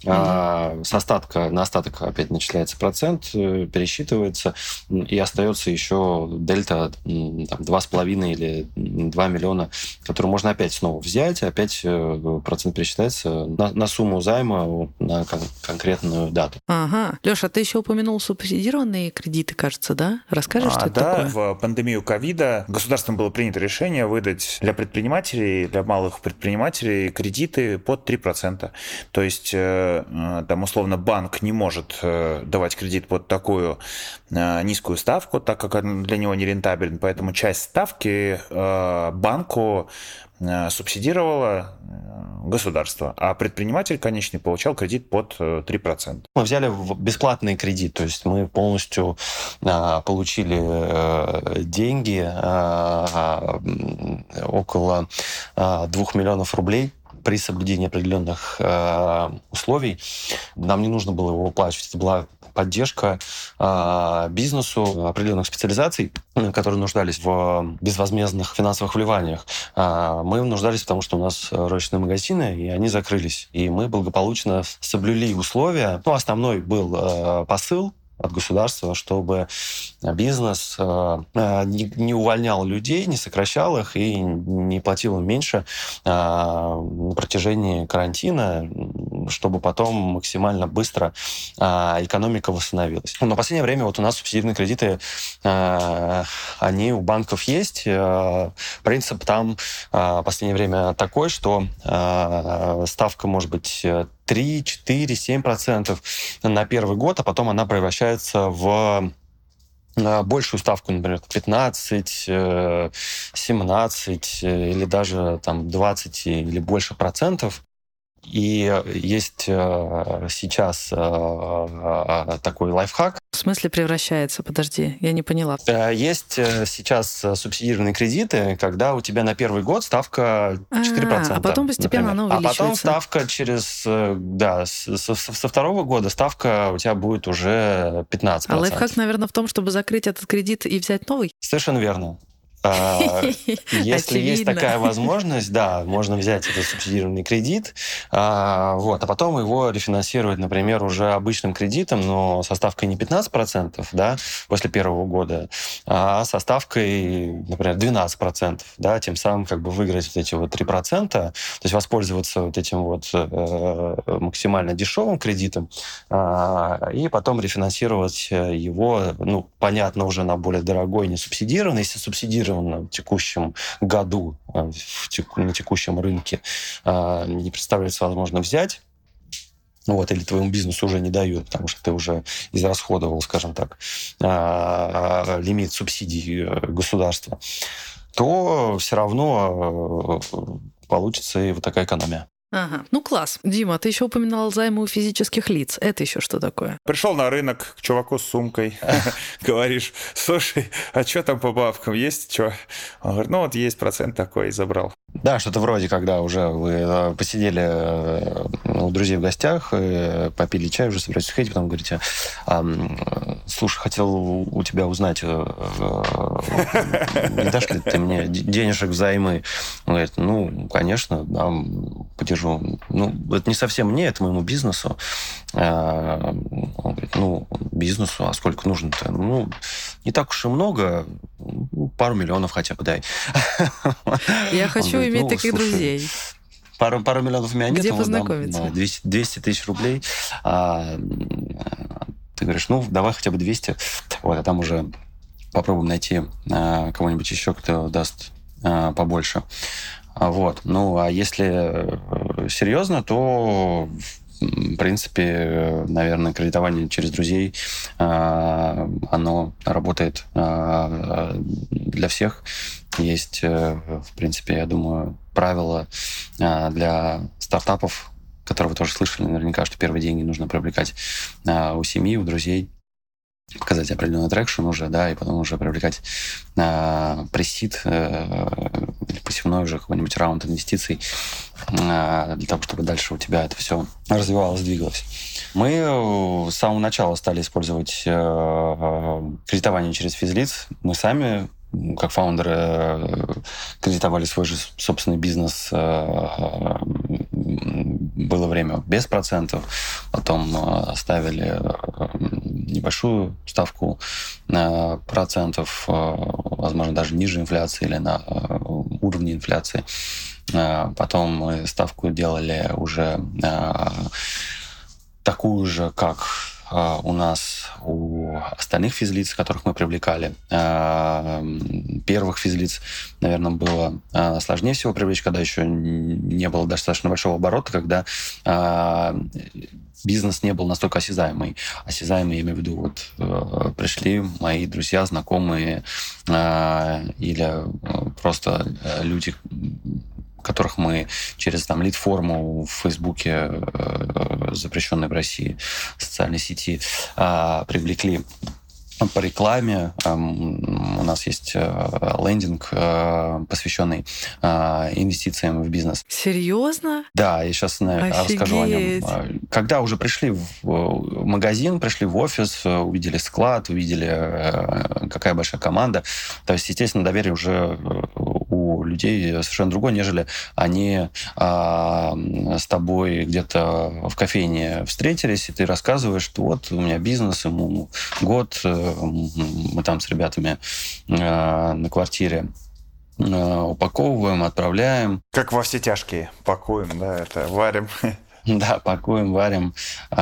С остатка на остаток опять начисляется процент, пересчитывается, и остается еще дельта 2,5 или 2 миллиона, который можно опять снова взять, опять процент пересчитается на сумму займа на конкретную дату. Ага. Леша, ты еще упомянул субсидированные кредиты, кажется, да? Расскажешь, что это такое? Да, в пандемию ковида государством было принято решение выдать для предпринимателей, для малых предпринимателей кредиты под 3%. То есть, там, условно, банк не может давать кредит под такую низкую ставку, так как он для него не рентабелен, поэтому часть ставки банку субсидировало государство, а предприниматель конечный получал кредит под 3%. Мы взяли бесплатный кредит, то есть мы полностью получили деньги около 2 миллионов рублей при соблюдении определенных условий. Нам не нужно было его выплачивать. Это была поддержка бизнесу определенных специализаций, которые нуждались в безвозмездных финансовых вливаниях. Мы нуждались, потому что у нас розничные магазины, и они закрылись. И мы благополучно соблюли условия. Основной был посыл от государства, чтобы бизнес не увольнял людей, не сокращал их и не платил им меньше на протяжении карантина, чтобы потом максимально быстро экономика восстановилась. Но в последнее время вот у нас субсидированные кредиты, они у банков есть. Принцип там в последнее время такой, что ставка может быть 3, 4, 7% на первый год, а потом она превращается в большую ставку, например, 15, 17 или даже там 20 или больше процентов. И есть сейчас такой лайфхак. В смысле превращается? Подожди, я не поняла. Есть сейчас субсидированные кредиты, когда у тебя на первый год ставка 4%. А потом постепенно она увеличивается. А потом ставка со второго года ставка у тебя будет уже 15%. А лайфхак, наверное, в том, чтобы закрыть этот кредит и взять новый? Совершенно верно. Если есть такая возможность, да, можно взять этот субсидированный кредит, а потом его рефинансировать, например, уже обычным кредитом, но со ставкой не 15%, да, после первого года, а со ставкой, например, 12%, да, тем самым как бы выиграть вот эти вот 3%, то есть воспользоваться вот этим вот максимально дешевым кредитом, и потом рефинансировать его, понятно, уже на более дорогой, не субсидированный, если субсидированный в текущем году, на текущем рынке не представляется возможно взять, или твоему бизнесу уже не дают, потому что ты уже израсходовал, скажем так, лимит субсидий государства, то все равно получится и вот такая экономия. Ага. Класс. Дима, ты еще упоминал займы у физических лиц. Это еще что такое? Пришел на рынок к чуваку с сумкой, говоришь: слушай, а что там по бабкам, есть что? Он говорит: есть процент такой, и забрал. Да, что-то вроде, когда уже вы посидели у друзей в гостях, попили чай, уже собираетесь уходить, потом говорите: слушай, хотел у тебя узнать, не дашь ли ты мне денежек взаймы? Он говорит: конечно, дам, подержу. Это не совсем мне, это моему бизнесу. Он говорит: бизнесу, а сколько нужно-то? Не так уж и много, пару миллионов хотя бы дай. Я хочу иметь таких друзей. Пару миллионов у меня нет. Где познакомиться? 200 тысяч рублей. Ты говоришь: давай хотя бы 200. А там уже попробуем найти кого-нибудь еще, кто даст побольше. А если серьезно, то в принципе, наверное, кредитование через друзей, оно работает для всех. Есть, в принципе, я думаю, правила для стартапов, которые вы тоже слышали наверняка, что первые деньги нужно привлекать у семьи, у друзей, показать определенный трекшн уже, да, и потом уже привлекать пресид или посевной уже какой-нибудь раунд инвестиций для того, чтобы дальше у тебя это все развивалось, двигалось. Мы с самого начала стали использовать кредитование через физлиц. Мы сами, как фаундеры, кредитовали свой же собственный бизнес. Было время без процентов, потом ставили небольшую ставку процентов, возможно, даже ниже инфляции или на уровне инфляции. Потом мы ставку делали уже такую же, как у нас у остальных физлиц, которых мы привлекали. Первых физлиц, наверное, было сложнее всего привлечь, когда еще не было достаточно большого оборота, когда бизнес не был настолько осязаемый. Осязаемый, я имею в виду, пришли мои друзья, знакомые или просто люди, которых мы через лид-форму в Фейсбуке, запрещенной в России социальной сети, привлекли по рекламе. У нас есть лендинг, посвященный инвестициям в бизнес. Серьезно? Да, я сейчас расскажу о нем. Когда уже пришли в магазин, пришли в офис, увидели склад, увидели, какая большая команда, то есть, естественно, доверие уже у людей совершенно другое, нежели они с тобой где-то в кофейне встретились, и ты рассказываешь, что вот у меня бизнес, ему год, мы там с ребятами на квартире упаковываем, отправляем. Как во все тяжкие. Пакуем, да, это варим. Да, пакуем, варим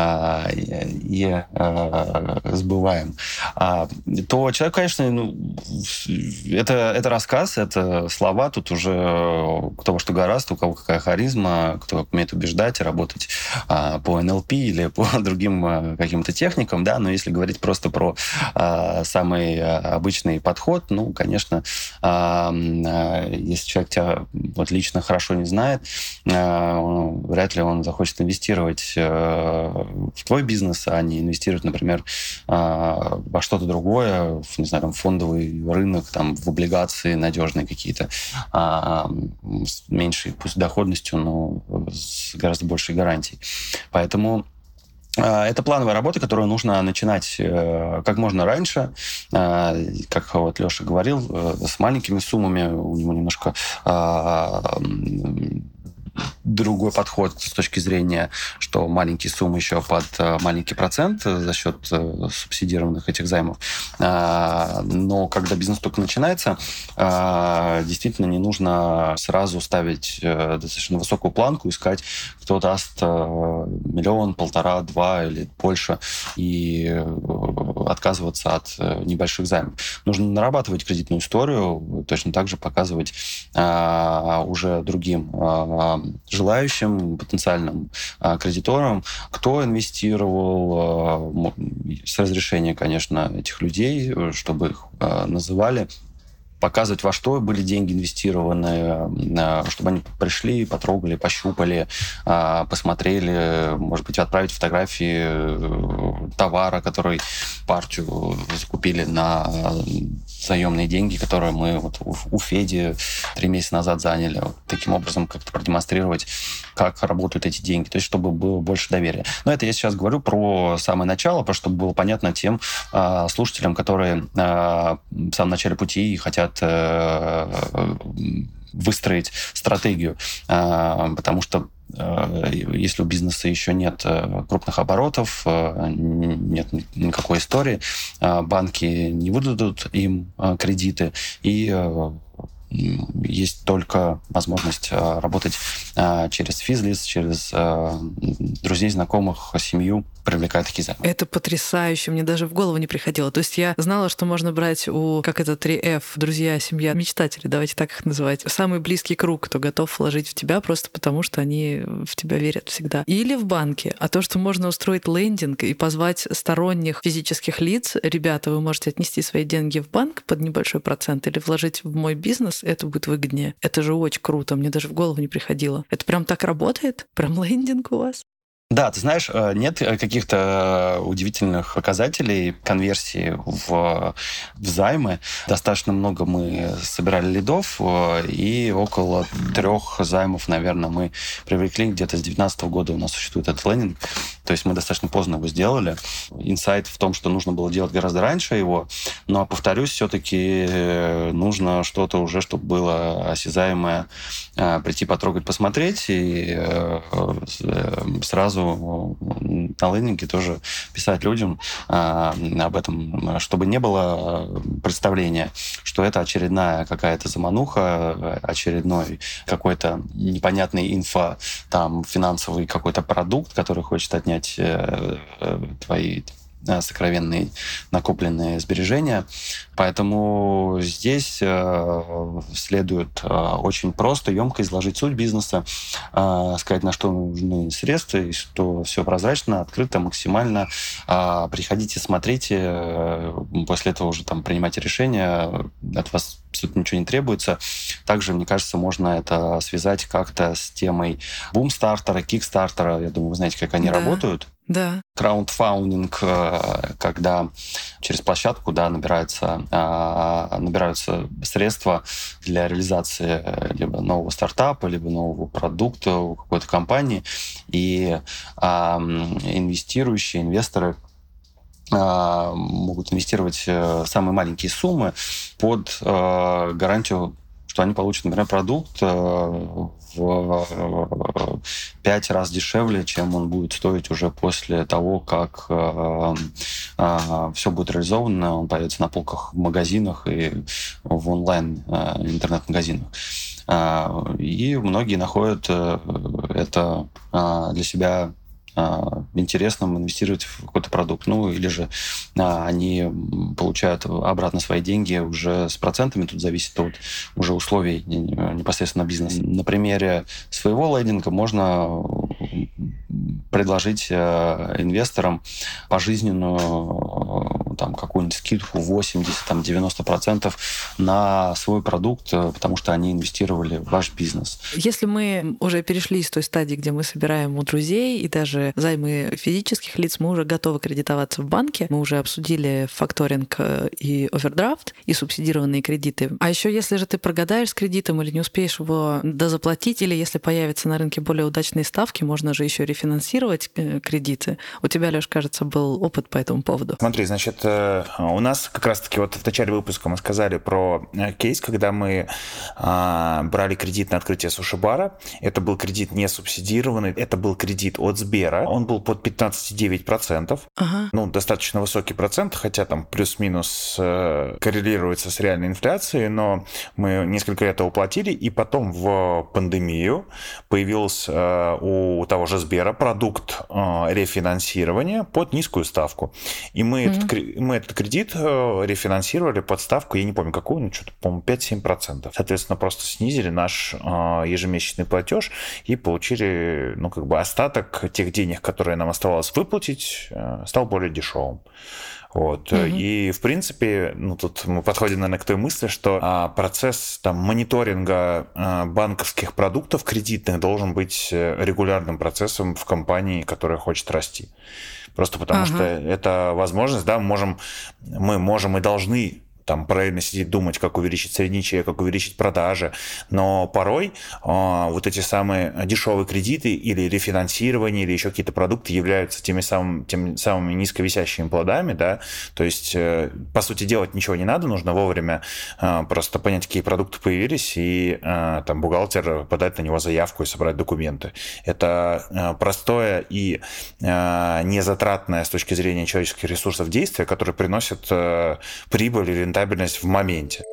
и сбываем. То человек, конечно, это рассказ, это слова. Тут уже кто во что гораст, у кого какая харизма, кто умеет убеждать, работать по НЛП или по другим каким-то техникам, да. Но если говорить просто про самый обычный подход, конечно, если человек тебя лично хорошо не знает, вряд ли он захочет инвестировать в твой бизнес, а не инвестировать, например, во что-то другое, не знаю, там, фондовый рынок, там, в облигации надежные какие-то, с меньшей, пусть доходностью, но с гораздо большей гарантией. Поэтому это плановая работа, которую нужно начинать как можно раньше. Как Леша говорил, с маленькими суммами, у него немножко другой подход с точки зрения, что маленькие суммы еще под маленький процент за счет субсидированных этих займов. Но когда бизнес только начинается, действительно не нужно сразу ставить достаточно высокую планку, искать, кто даст 1 миллион, 1,5, 2 или больше, и отказываться от небольших займов. Нужно нарабатывать кредитную историю, точно так же показывать уже другим желающим, потенциальным кредиторам, кто инвестировал, с разрешения, конечно, этих людей, чтобы их называли, показывать, во что были деньги инвестированы, чтобы они пришли, потрогали, пощупали, посмотрели, может быть, отправить фотографии товара, который партию закупили на заемные деньги, которые мы у Феди 3 месяца назад заняли. Таким образом, как-то продемонстрировать, как работают эти деньги, то есть чтобы было больше доверия. Но это я сейчас говорю про самое начало, просто чтобы было понятно тем слушателям, которые в самом начале пути и хотят выстроить стратегию, потому что если у бизнеса еще нет крупных оборотов, нет никакой истории, банки не выдадут им кредиты, и есть только возможность работать через физлиц, через друзей, знакомых, семью, привлекая такие займы. Это потрясающе, мне даже в голову не приходило. То есть я знала, что можно брать у, 3F, друзья, семья, мечтатели, давайте так их называть, самый близкий круг, кто готов вложить в тебя просто потому, что они в тебя верят всегда. Или в банке. А то, что можно устроить лендинг и позвать сторонних физических лиц, ребята, вы можете отнести свои деньги в банк под небольшой процент или вложить в мой бизнес, это будет выгоднее. Это же очень круто, мне даже в голову не приходило. Это прям так работает? Прям лендинг у вас? Да, ты знаешь, нет каких-то удивительных показателей конверсии в займы. Достаточно много мы собирали лидов, и около 3 займов, наверное, мы привлекли. Где-то с 2019 года у нас существует этот лендинг. То есть мы достаточно поздно его сделали. Инсайт в том, что нужно было делать гораздо раньше его. Но, повторюсь, все-таки нужно что-то уже, чтобы было осязаемое, прийти, потрогать, посмотреть, и сразу на лендинге тоже писать людям об этом, чтобы не было представления, что это очередная какая-то замануха, очередной какой-то непонятный финансовый какой-то продукт, который хочет отнять твои сокровенные накопленные сбережения. Поэтому здесь следует очень просто, емко изложить суть бизнеса, сказать, на что нужны средства, и что все прозрачно, открыто, максимально. Приходите, смотрите, после этого уже принимайте решения, от вас абсолютно ничего не требуется. Также, мне кажется, можно это связать как-то с темой бумстартера, кикстартера. Я думаю, вы знаете, как они работают. Да. Краундфаундинг, когда через площадку набираются средства для реализации либо нового стартапа, либо нового продукта у какой-то компании. И инвесторы могут инвестировать самые маленькие суммы под гарантию, что они получат, например, продукт в 5 раз дешевле, чем он будет стоить уже после того, как все будет реализовано, он появится на полках в магазинах и в онлайн интернет-магазинах. И многие находят это для себя интересным инвестировать в какой-то продукт. Или же они получают обратно свои деньги уже с процентами. Тут зависит от уже условий непосредственно бизнеса. На примере своего лендинга можно предложить инвесторам пожизненную какую-нибудь скидку 80-90% на свой продукт, потому что они инвестировали в ваш бизнес. Если мы уже перешли из той стадии, где мы собираем у друзей и даже займы физических лиц, мы уже готовы кредитоваться в банке, мы уже обсудили факторинг и овердрафт, и субсидированные кредиты. А еще если же ты прогадаешь с кредитом или не успеешь его дозаплатить, или если появятся на рынке более удачные ставки, можно же еще рефинансировать кредиты. У тебя, Лёш, кажется, был опыт по этому поводу. Смотри, значит, у нас как раз-таки в начале выпуска мы сказали про кейс, когда мы брали кредит на открытие суши-бара. Это был кредит не субсидированный, это был кредит от Сбера. Он был под 15,9%. Ага. Достаточно высокий процент, хотя там плюс-минус коррелируется с реальной инфляцией, но мы несколько лет его платили, и потом в пандемию появился у того же Сбера продукт рефинансирования под низкую ставку. И мы этот кредит рефинансировали под ставку, я не помню какую, что-то, по-моему, 5-7%. Соответственно, просто снизили наш ежемесячный платеж и получили, остаток тех денег, которые нам оставалось выплатить, стал более дешевым. И, в принципе, тут мы подходим, наверное, к той мысли, что процесс мониторинга банковских продуктов кредитных должен быть регулярным процессом в компании, которая хочет расти. Просто потому что это возможность, мы можем и должны правильно сидеть, думать, как увеличить средний чек, как увеличить продажи. Но порой вот эти самые дешевые кредиты или рефинансирование, или еще какие-то продукты являются теми самыми низковисящими плодами. Да? То есть, по сути, делать ничего не надо, нужно вовремя просто понять, какие продукты появились, и бухгалтер подать на него заявку и собрать документы. Это простое и незатратное с точки зрения человеческих ресурсов действие, которое приносит прибыль или рентабельность в моменте.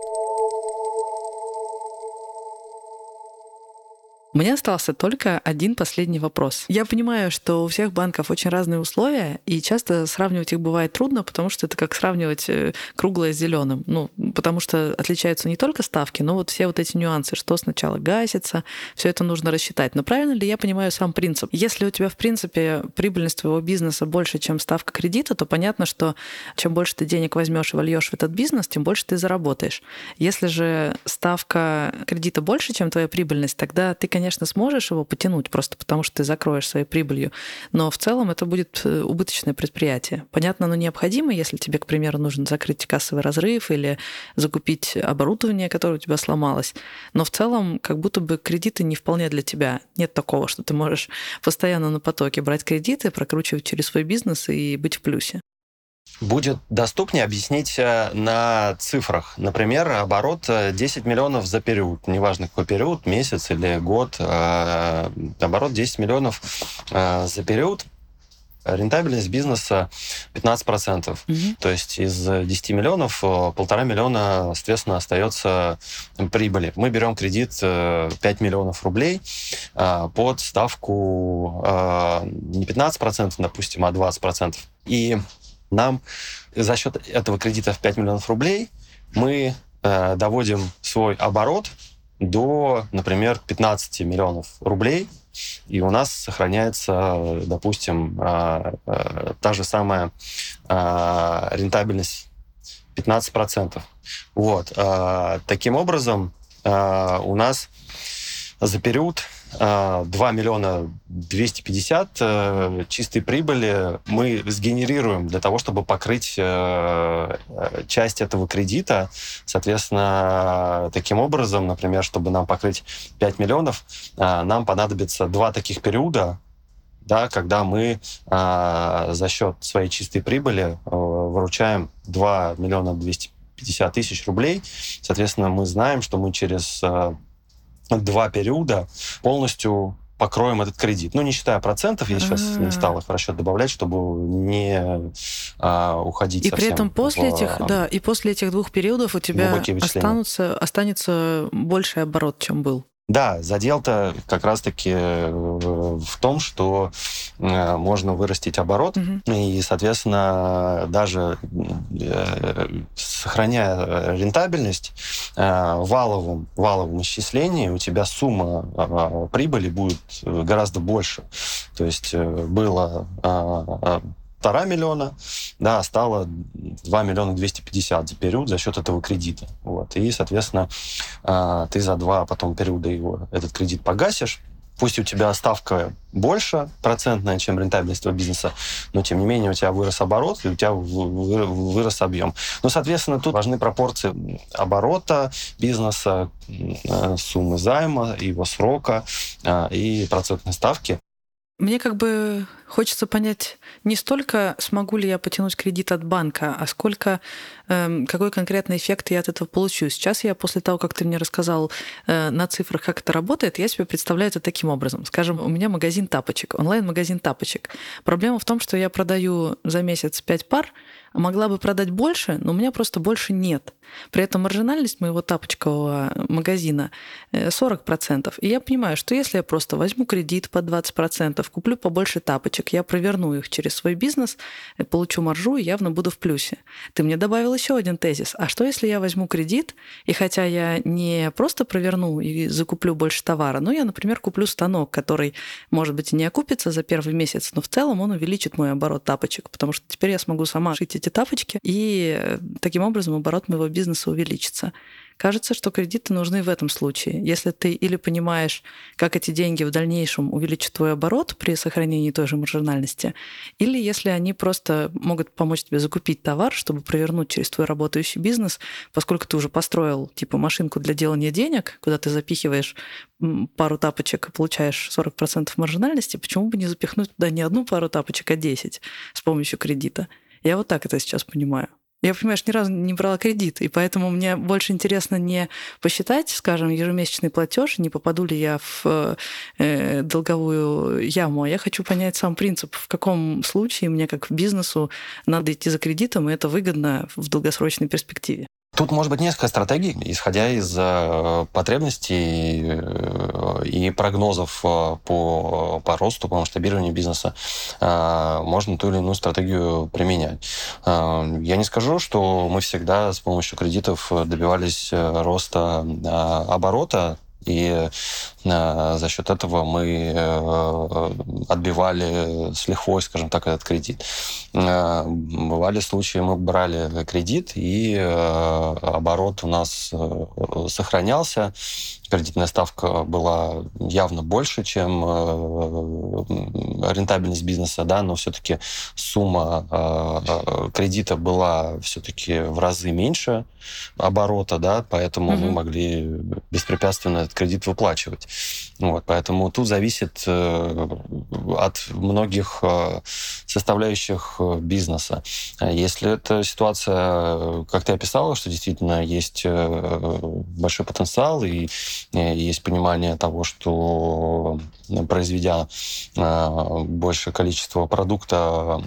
У меня остался только один последний вопрос. Я понимаю, что у всех банков очень разные условия, и часто сравнивать их бывает трудно, потому что это как сравнивать круглое с зеленым. Потому что отличаются не только ставки, но все эти нюансы, что сначала гасится, все это нужно рассчитать. Но правильно ли я понимаю сам принцип? Если у тебя, в принципе, прибыльность твоего бизнеса больше, чем ставка кредита, то понятно, что чем больше ты денег возьмешь и вольешь в этот бизнес, тем больше ты заработаешь. Если же ставка кредита больше, чем твоя прибыльность, тогда ты, конечно, сможешь его потянуть просто потому, что ты закроешь своей прибылью, но в целом это будет убыточное предприятие. Понятно, оно необходимо, если тебе, к примеру, нужно закрыть кассовый разрыв или закупить оборудование, которое у тебя сломалось, но в целом как будто бы кредиты не вполне для тебя. Нет такого, что ты можешь постоянно на потоке брать кредиты, прокручивать через свой бизнес и быть в плюсе. Будет доступнее объяснить на цифрах. Например, оборот 10 миллионов за период. Неважно, какой период, месяц или год. Оборот 10 миллионов за период. Рентабельность бизнеса 15%. То есть из 10 миллионов 1,5 миллиона, соответственно, остается прибыли. Мы берем кредит 5 миллионов рублей под ставку не 15%, допустим, а 20%. И нам за счет этого кредита в 5 миллионов рублей мы доводим свой оборот до, например, 15 миллионов рублей, и у нас сохраняется, допустим, та же самая рентабельность 15%. Таким образом, у нас за период 2 миллиона 250 чистой прибыли мы сгенерируем для того, чтобы покрыть часть этого кредита. Соответственно, таким образом, например, чтобы нам покрыть 5 миллионов, нам понадобится 2 таких периода, когда мы за счет своей чистой прибыли выручаем 2 миллиона 250 тысяч рублей. Соответственно, мы знаем, что мы через 2 периода полностью покроем этот кредит. Не считая процентов, я сейчас не стал их в расчет добавлять, чтобы не уходить совсем. И при этом после этих 2 периодов у тебя останется больший оборот, чем был. Да, задел-то как раз-таки в том, что можно вырастить оборот, и, соответственно, даже сохраняя рентабельность, в валовом исчислении у тебя сумма прибыли будет гораздо больше. То есть было 2 миллиона, да, стало 2 миллиона 250 за период за счет этого кредита. Вот. И, соответственно, ты за 2 потом периода этот кредит погасишь. Пусть у тебя ставка больше процентная, чем рентабельность твоего бизнеса, но, тем не менее, у тебя вырос оборот, и у тебя вырос объем. Соответственно, тут важны пропорции оборота бизнеса, суммы займа, его срока и процентной ставки. Мне хочется понять не столько, смогу ли я потянуть кредит от банка, а сколько, какой конкретный эффект я от этого получу. Сейчас я, после того, как ты мне рассказал на цифрах, как это работает, я себе представляю это таким образом. Скажем, у меня магазин тапочек, онлайн-магазин тапочек. Проблема в том, что я продаю за месяц 5 пар, а могла бы продать больше, но у меня просто больше нет. При этом маржинальность моего тапочкового магазина 40%. И я понимаю, что если я просто возьму кредит под 20%, куплю побольше тапочек, я проверну их через свой бизнес, получу маржу и явно буду в плюсе. Ты мне добавил еще один тезис. А что, если я возьму кредит, и хотя я не просто проверну и закуплю больше товара, но я, например, куплю станок, который, может быть, и не окупится за первый месяц, но в целом он увеличит мой оборот тапочек, потому что теперь я смогу сама шить эти тапочки, и таким образом оборот моего бизнеса увеличится. Кажется, что кредиты нужны в этом случае. Если ты или понимаешь, как эти деньги в дальнейшем увеличат твой оборот при сохранении той же маржинальности, или если они просто могут помочь тебе закупить товар, чтобы провернуть через твой работающий бизнес, поскольку ты уже построил машинку для делания денег, куда ты запихиваешь пару тапочек и получаешь 40% маржинальности, почему бы не запихнуть туда не 1 пару тапочек, а 10 с помощью кредита? Я вот так это сейчас понимаю. Я, понимаешь, ни разу не брала кредит, и поэтому мне больше интересно не посчитать, скажем, ежемесячный платеж, не попаду ли я в долговую яму, а я хочу понять сам принцип, в каком случае мне как бизнесу надо идти за кредитом, и это выгодно в долгосрочной перспективе. Тут может быть несколько стратегий, исходя из потребностей и прогнозов по росту, по масштабированию бизнеса. Можно ту или иную стратегию применять. Я не скажу, что мы всегда с помощью кредитов добивались роста оборота, и за счет этого мы отбивали с лихвой, скажем так, этот кредит. Бывали случаи, мы брали кредит, и оборот у нас сохранялся, кредитная ставка была явно больше, чем рентабельность бизнеса, да, но все-таки сумма кредита была все-таки в разы меньше оборота, да, поэтому мы могли беспрепятственно этот кредит выплачивать. Вот, поэтому тут зависит от многих составляющих бизнеса. Если эта ситуация, как ты описала, что действительно есть большой потенциал и есть понимание того, что произведя большее количество продукта,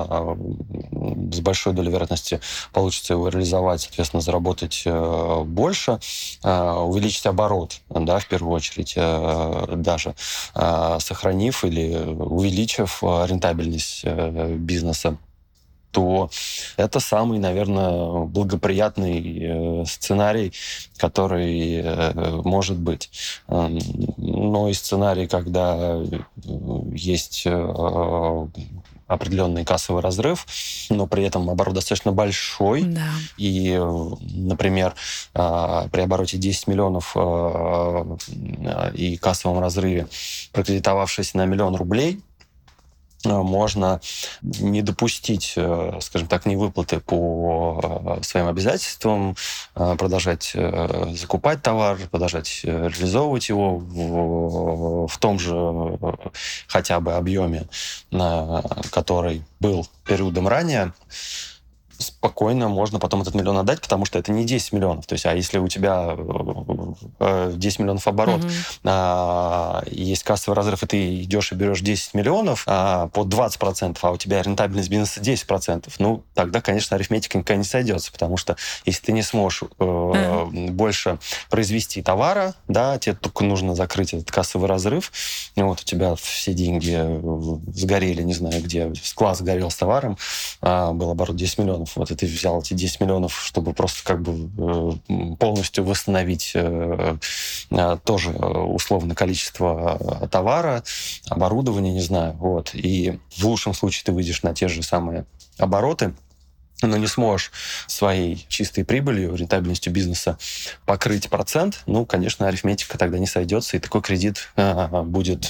с большой долей вероятности получится его реализовать, соответственно, заработать больше, увеличить оборот, да, в первую очередь, даже сохранив или увеличив рентабельность бизнеса, то это самый, наверное, благоприятный сценарий, который может быть. Но и сценарий, когда есть определенный кассовый разрыв, но при этом оборот достаточно большой. Да. И, например, при обороте 10 миллионов и кассовом разрыве, прокредитовавшись на 1 миллион рублей, можно не допустить, скажем так, невыплаты по своим обязательствам, продолжать закупать товар, продолжать реализовывать его в том же хотя бы объеме, который был периодом ранее, спокойно можно потом этот миллион отдать, потому что это не 10 миллионов. То есть, а если у тебя 10 миллионов оборот, есть кассовый разрыв, и ты идешь и берешь 10 миллионов по 20%, а у тебя рентабельность бизнеса 10%, ну, тогда, конечно, арифметика никогда не сойдется, потому что если ты не сможешь больше произвести товара, да, тебе только нужно закрыть этот кассовый разрыв, и вот у тебя все деньги сгорели, не знаю где, склад сгорел с товаром, был оборот 10 миллионов, вот, и ты взял эти 10 миллионов, чтобы просто как бы полностью восстановить тоже условно количество товара, оборудования, не знаю, вот, и в лучшем случае ты выйдешь на те же самые обороты, но не сможешь своей чистой прибылью, рентабельностью бизнеса покрыть процент, ну, конечно, арифметика тогда не сойдется, и такой кредит будет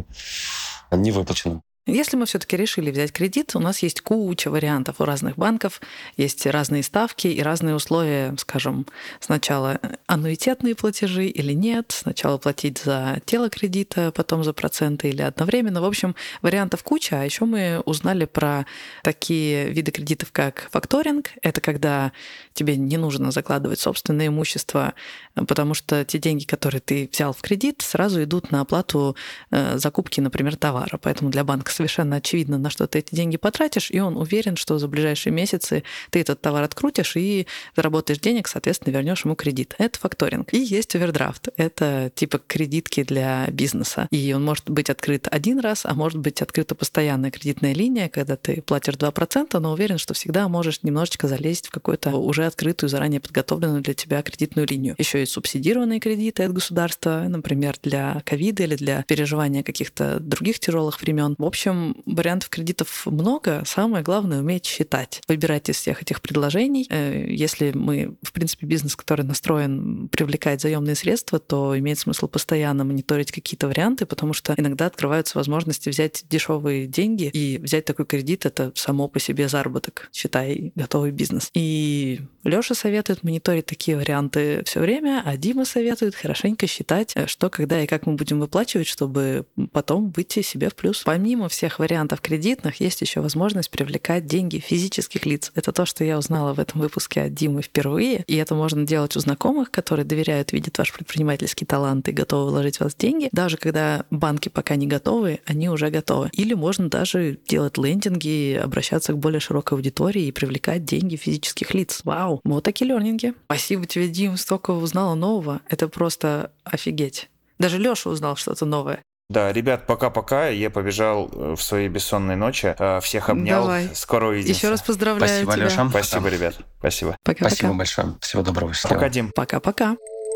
невыплаченным. Если мы все-таки решили взять кредит, у нас есть куча вариантов у разных банков, есть разные ставки и разные условия, скажем, сначала аннуитетные платежи или нет, сначала платить за тело кредита, потом за проценты или одновременно. В общем, вариантов куча. А еще мы узнали про такие виды кредитов, как факторинг. Это когда тебе не нужно закладывать собственное имущество, потому что те деньги, которые ты взял в кредит, сразу идут на оплату закупки, например, товара. Поэтому для банка совершенно очевидно, на что ты эти деньги потратишь, и он уверен, что за ближайшие месяцы ты этот товар открутишь и заработаешь денег, соответственно, вернешь ему кредит. Это факторинг. И есть овердрафт. Это типа кредитки для бизнеса. И он может быть открыт один раз, а может быть открыта постоянная кредитная линия, когда ты платишь 2%, но уверен, что всегда можешь немножечко залезть в какую-то уже открытую, заранее подготовленную для тебя кредитную линию. Еще есть субсидированные кредиты от государства, например, для ковида или для переживания каких-то других тяжелых времен. В общем, вариантов кредитов много. Самое главное — уметь считать. Выбирать из всех этих предложений. Если мы, в принципе, бизнес, который настроен привлекать заемные средства, то имеет смысл постоянно мониторить какие-то варианты, потому что иногда открываются возможности взять дешевые деньги, и взять такой кредит — это само по себе заработок, считай, готовый бизнес. И Лёша советует мониторить такие варианты все время, а Дима советует хорошенько считать, что, когда и как мы будем выплачивать, чтобы потом выйти себе в плюс. Помимо всех вариантов кредитных, есть еще возможность привлекать деньги физических лиц. Это то, что я узнала в этом выпуске от Димы впервые. И это можно делать у знакомых, которые доверяют, видят ваш предпринимательский талант и готовы вложить в вас деньги. Даже когда банки пока не готовы, они уже готовы. Или можно даже делать лендинги, обращаться к более широкой аудитории и привлекать деньги физических лиц. Вау! Вот такие лернинги. Спасибо тебе, Дим, столько узнала нового. Это просто офигеть. Даже Лёша узнал что-то новое. Да, ребят, пока-пока. Я побежал в свои бессонные ночи. Всех обнял. Давай. Скоро увидимся. Еще раз поздравляю Спасибо, тебя. Лёша. Спасибо, ребят. Спасибо. Пока-пока. Спасибо большое. Всего доброго. Счастливо. Пока, Дим. Пока-пока.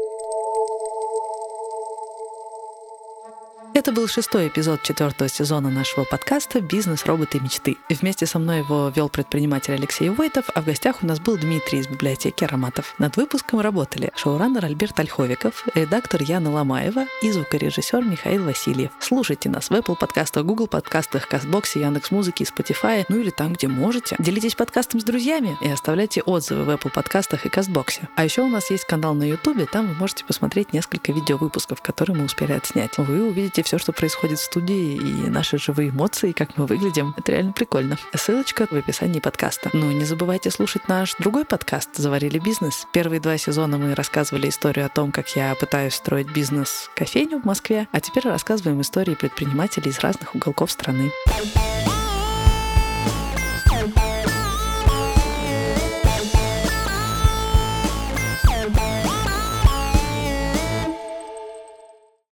Это был 6-й эпизод 4-го сезона нашего подкаста «Бизнес. Роботы. Мечты». Вместе со мной его вел предприниматель Алексей Войтов, а в гостях у нас был Дмитрий из библиотеки Ароматов. Над выпуском работали шоураннер Альберт Ольховиков, редактор Яна Ломаева и звукорежиссер Михаил Васильев. Слушайте нас в Apple подкастах, Google подкастах, Кастбоксе, Яндекс.Музыке и Spotify, ну или там, где можете. Делитесь подкастом с друзьями и оставляйте отзывы в Apple подкастах и Кастбоксе. А еще у нас есть канал на YouTube, там вы можете посмотреть несколько видеовыпусков, которые мы успели отснять. Вы увидите все, что происходит в студии, и наши живые эмоции, как мы выглядим. Это реально прикольно. Ссылочка в описании подкаста. Ну и не забывайте слушать наш другой подкаст «Заварили бизнес». Первые 2 сезона мы рассказывали историю о том, как я пытаюсь строить бизнес-кофейню в Москве, а теперь рассказываем истории предпринимателей из разных уголков страны.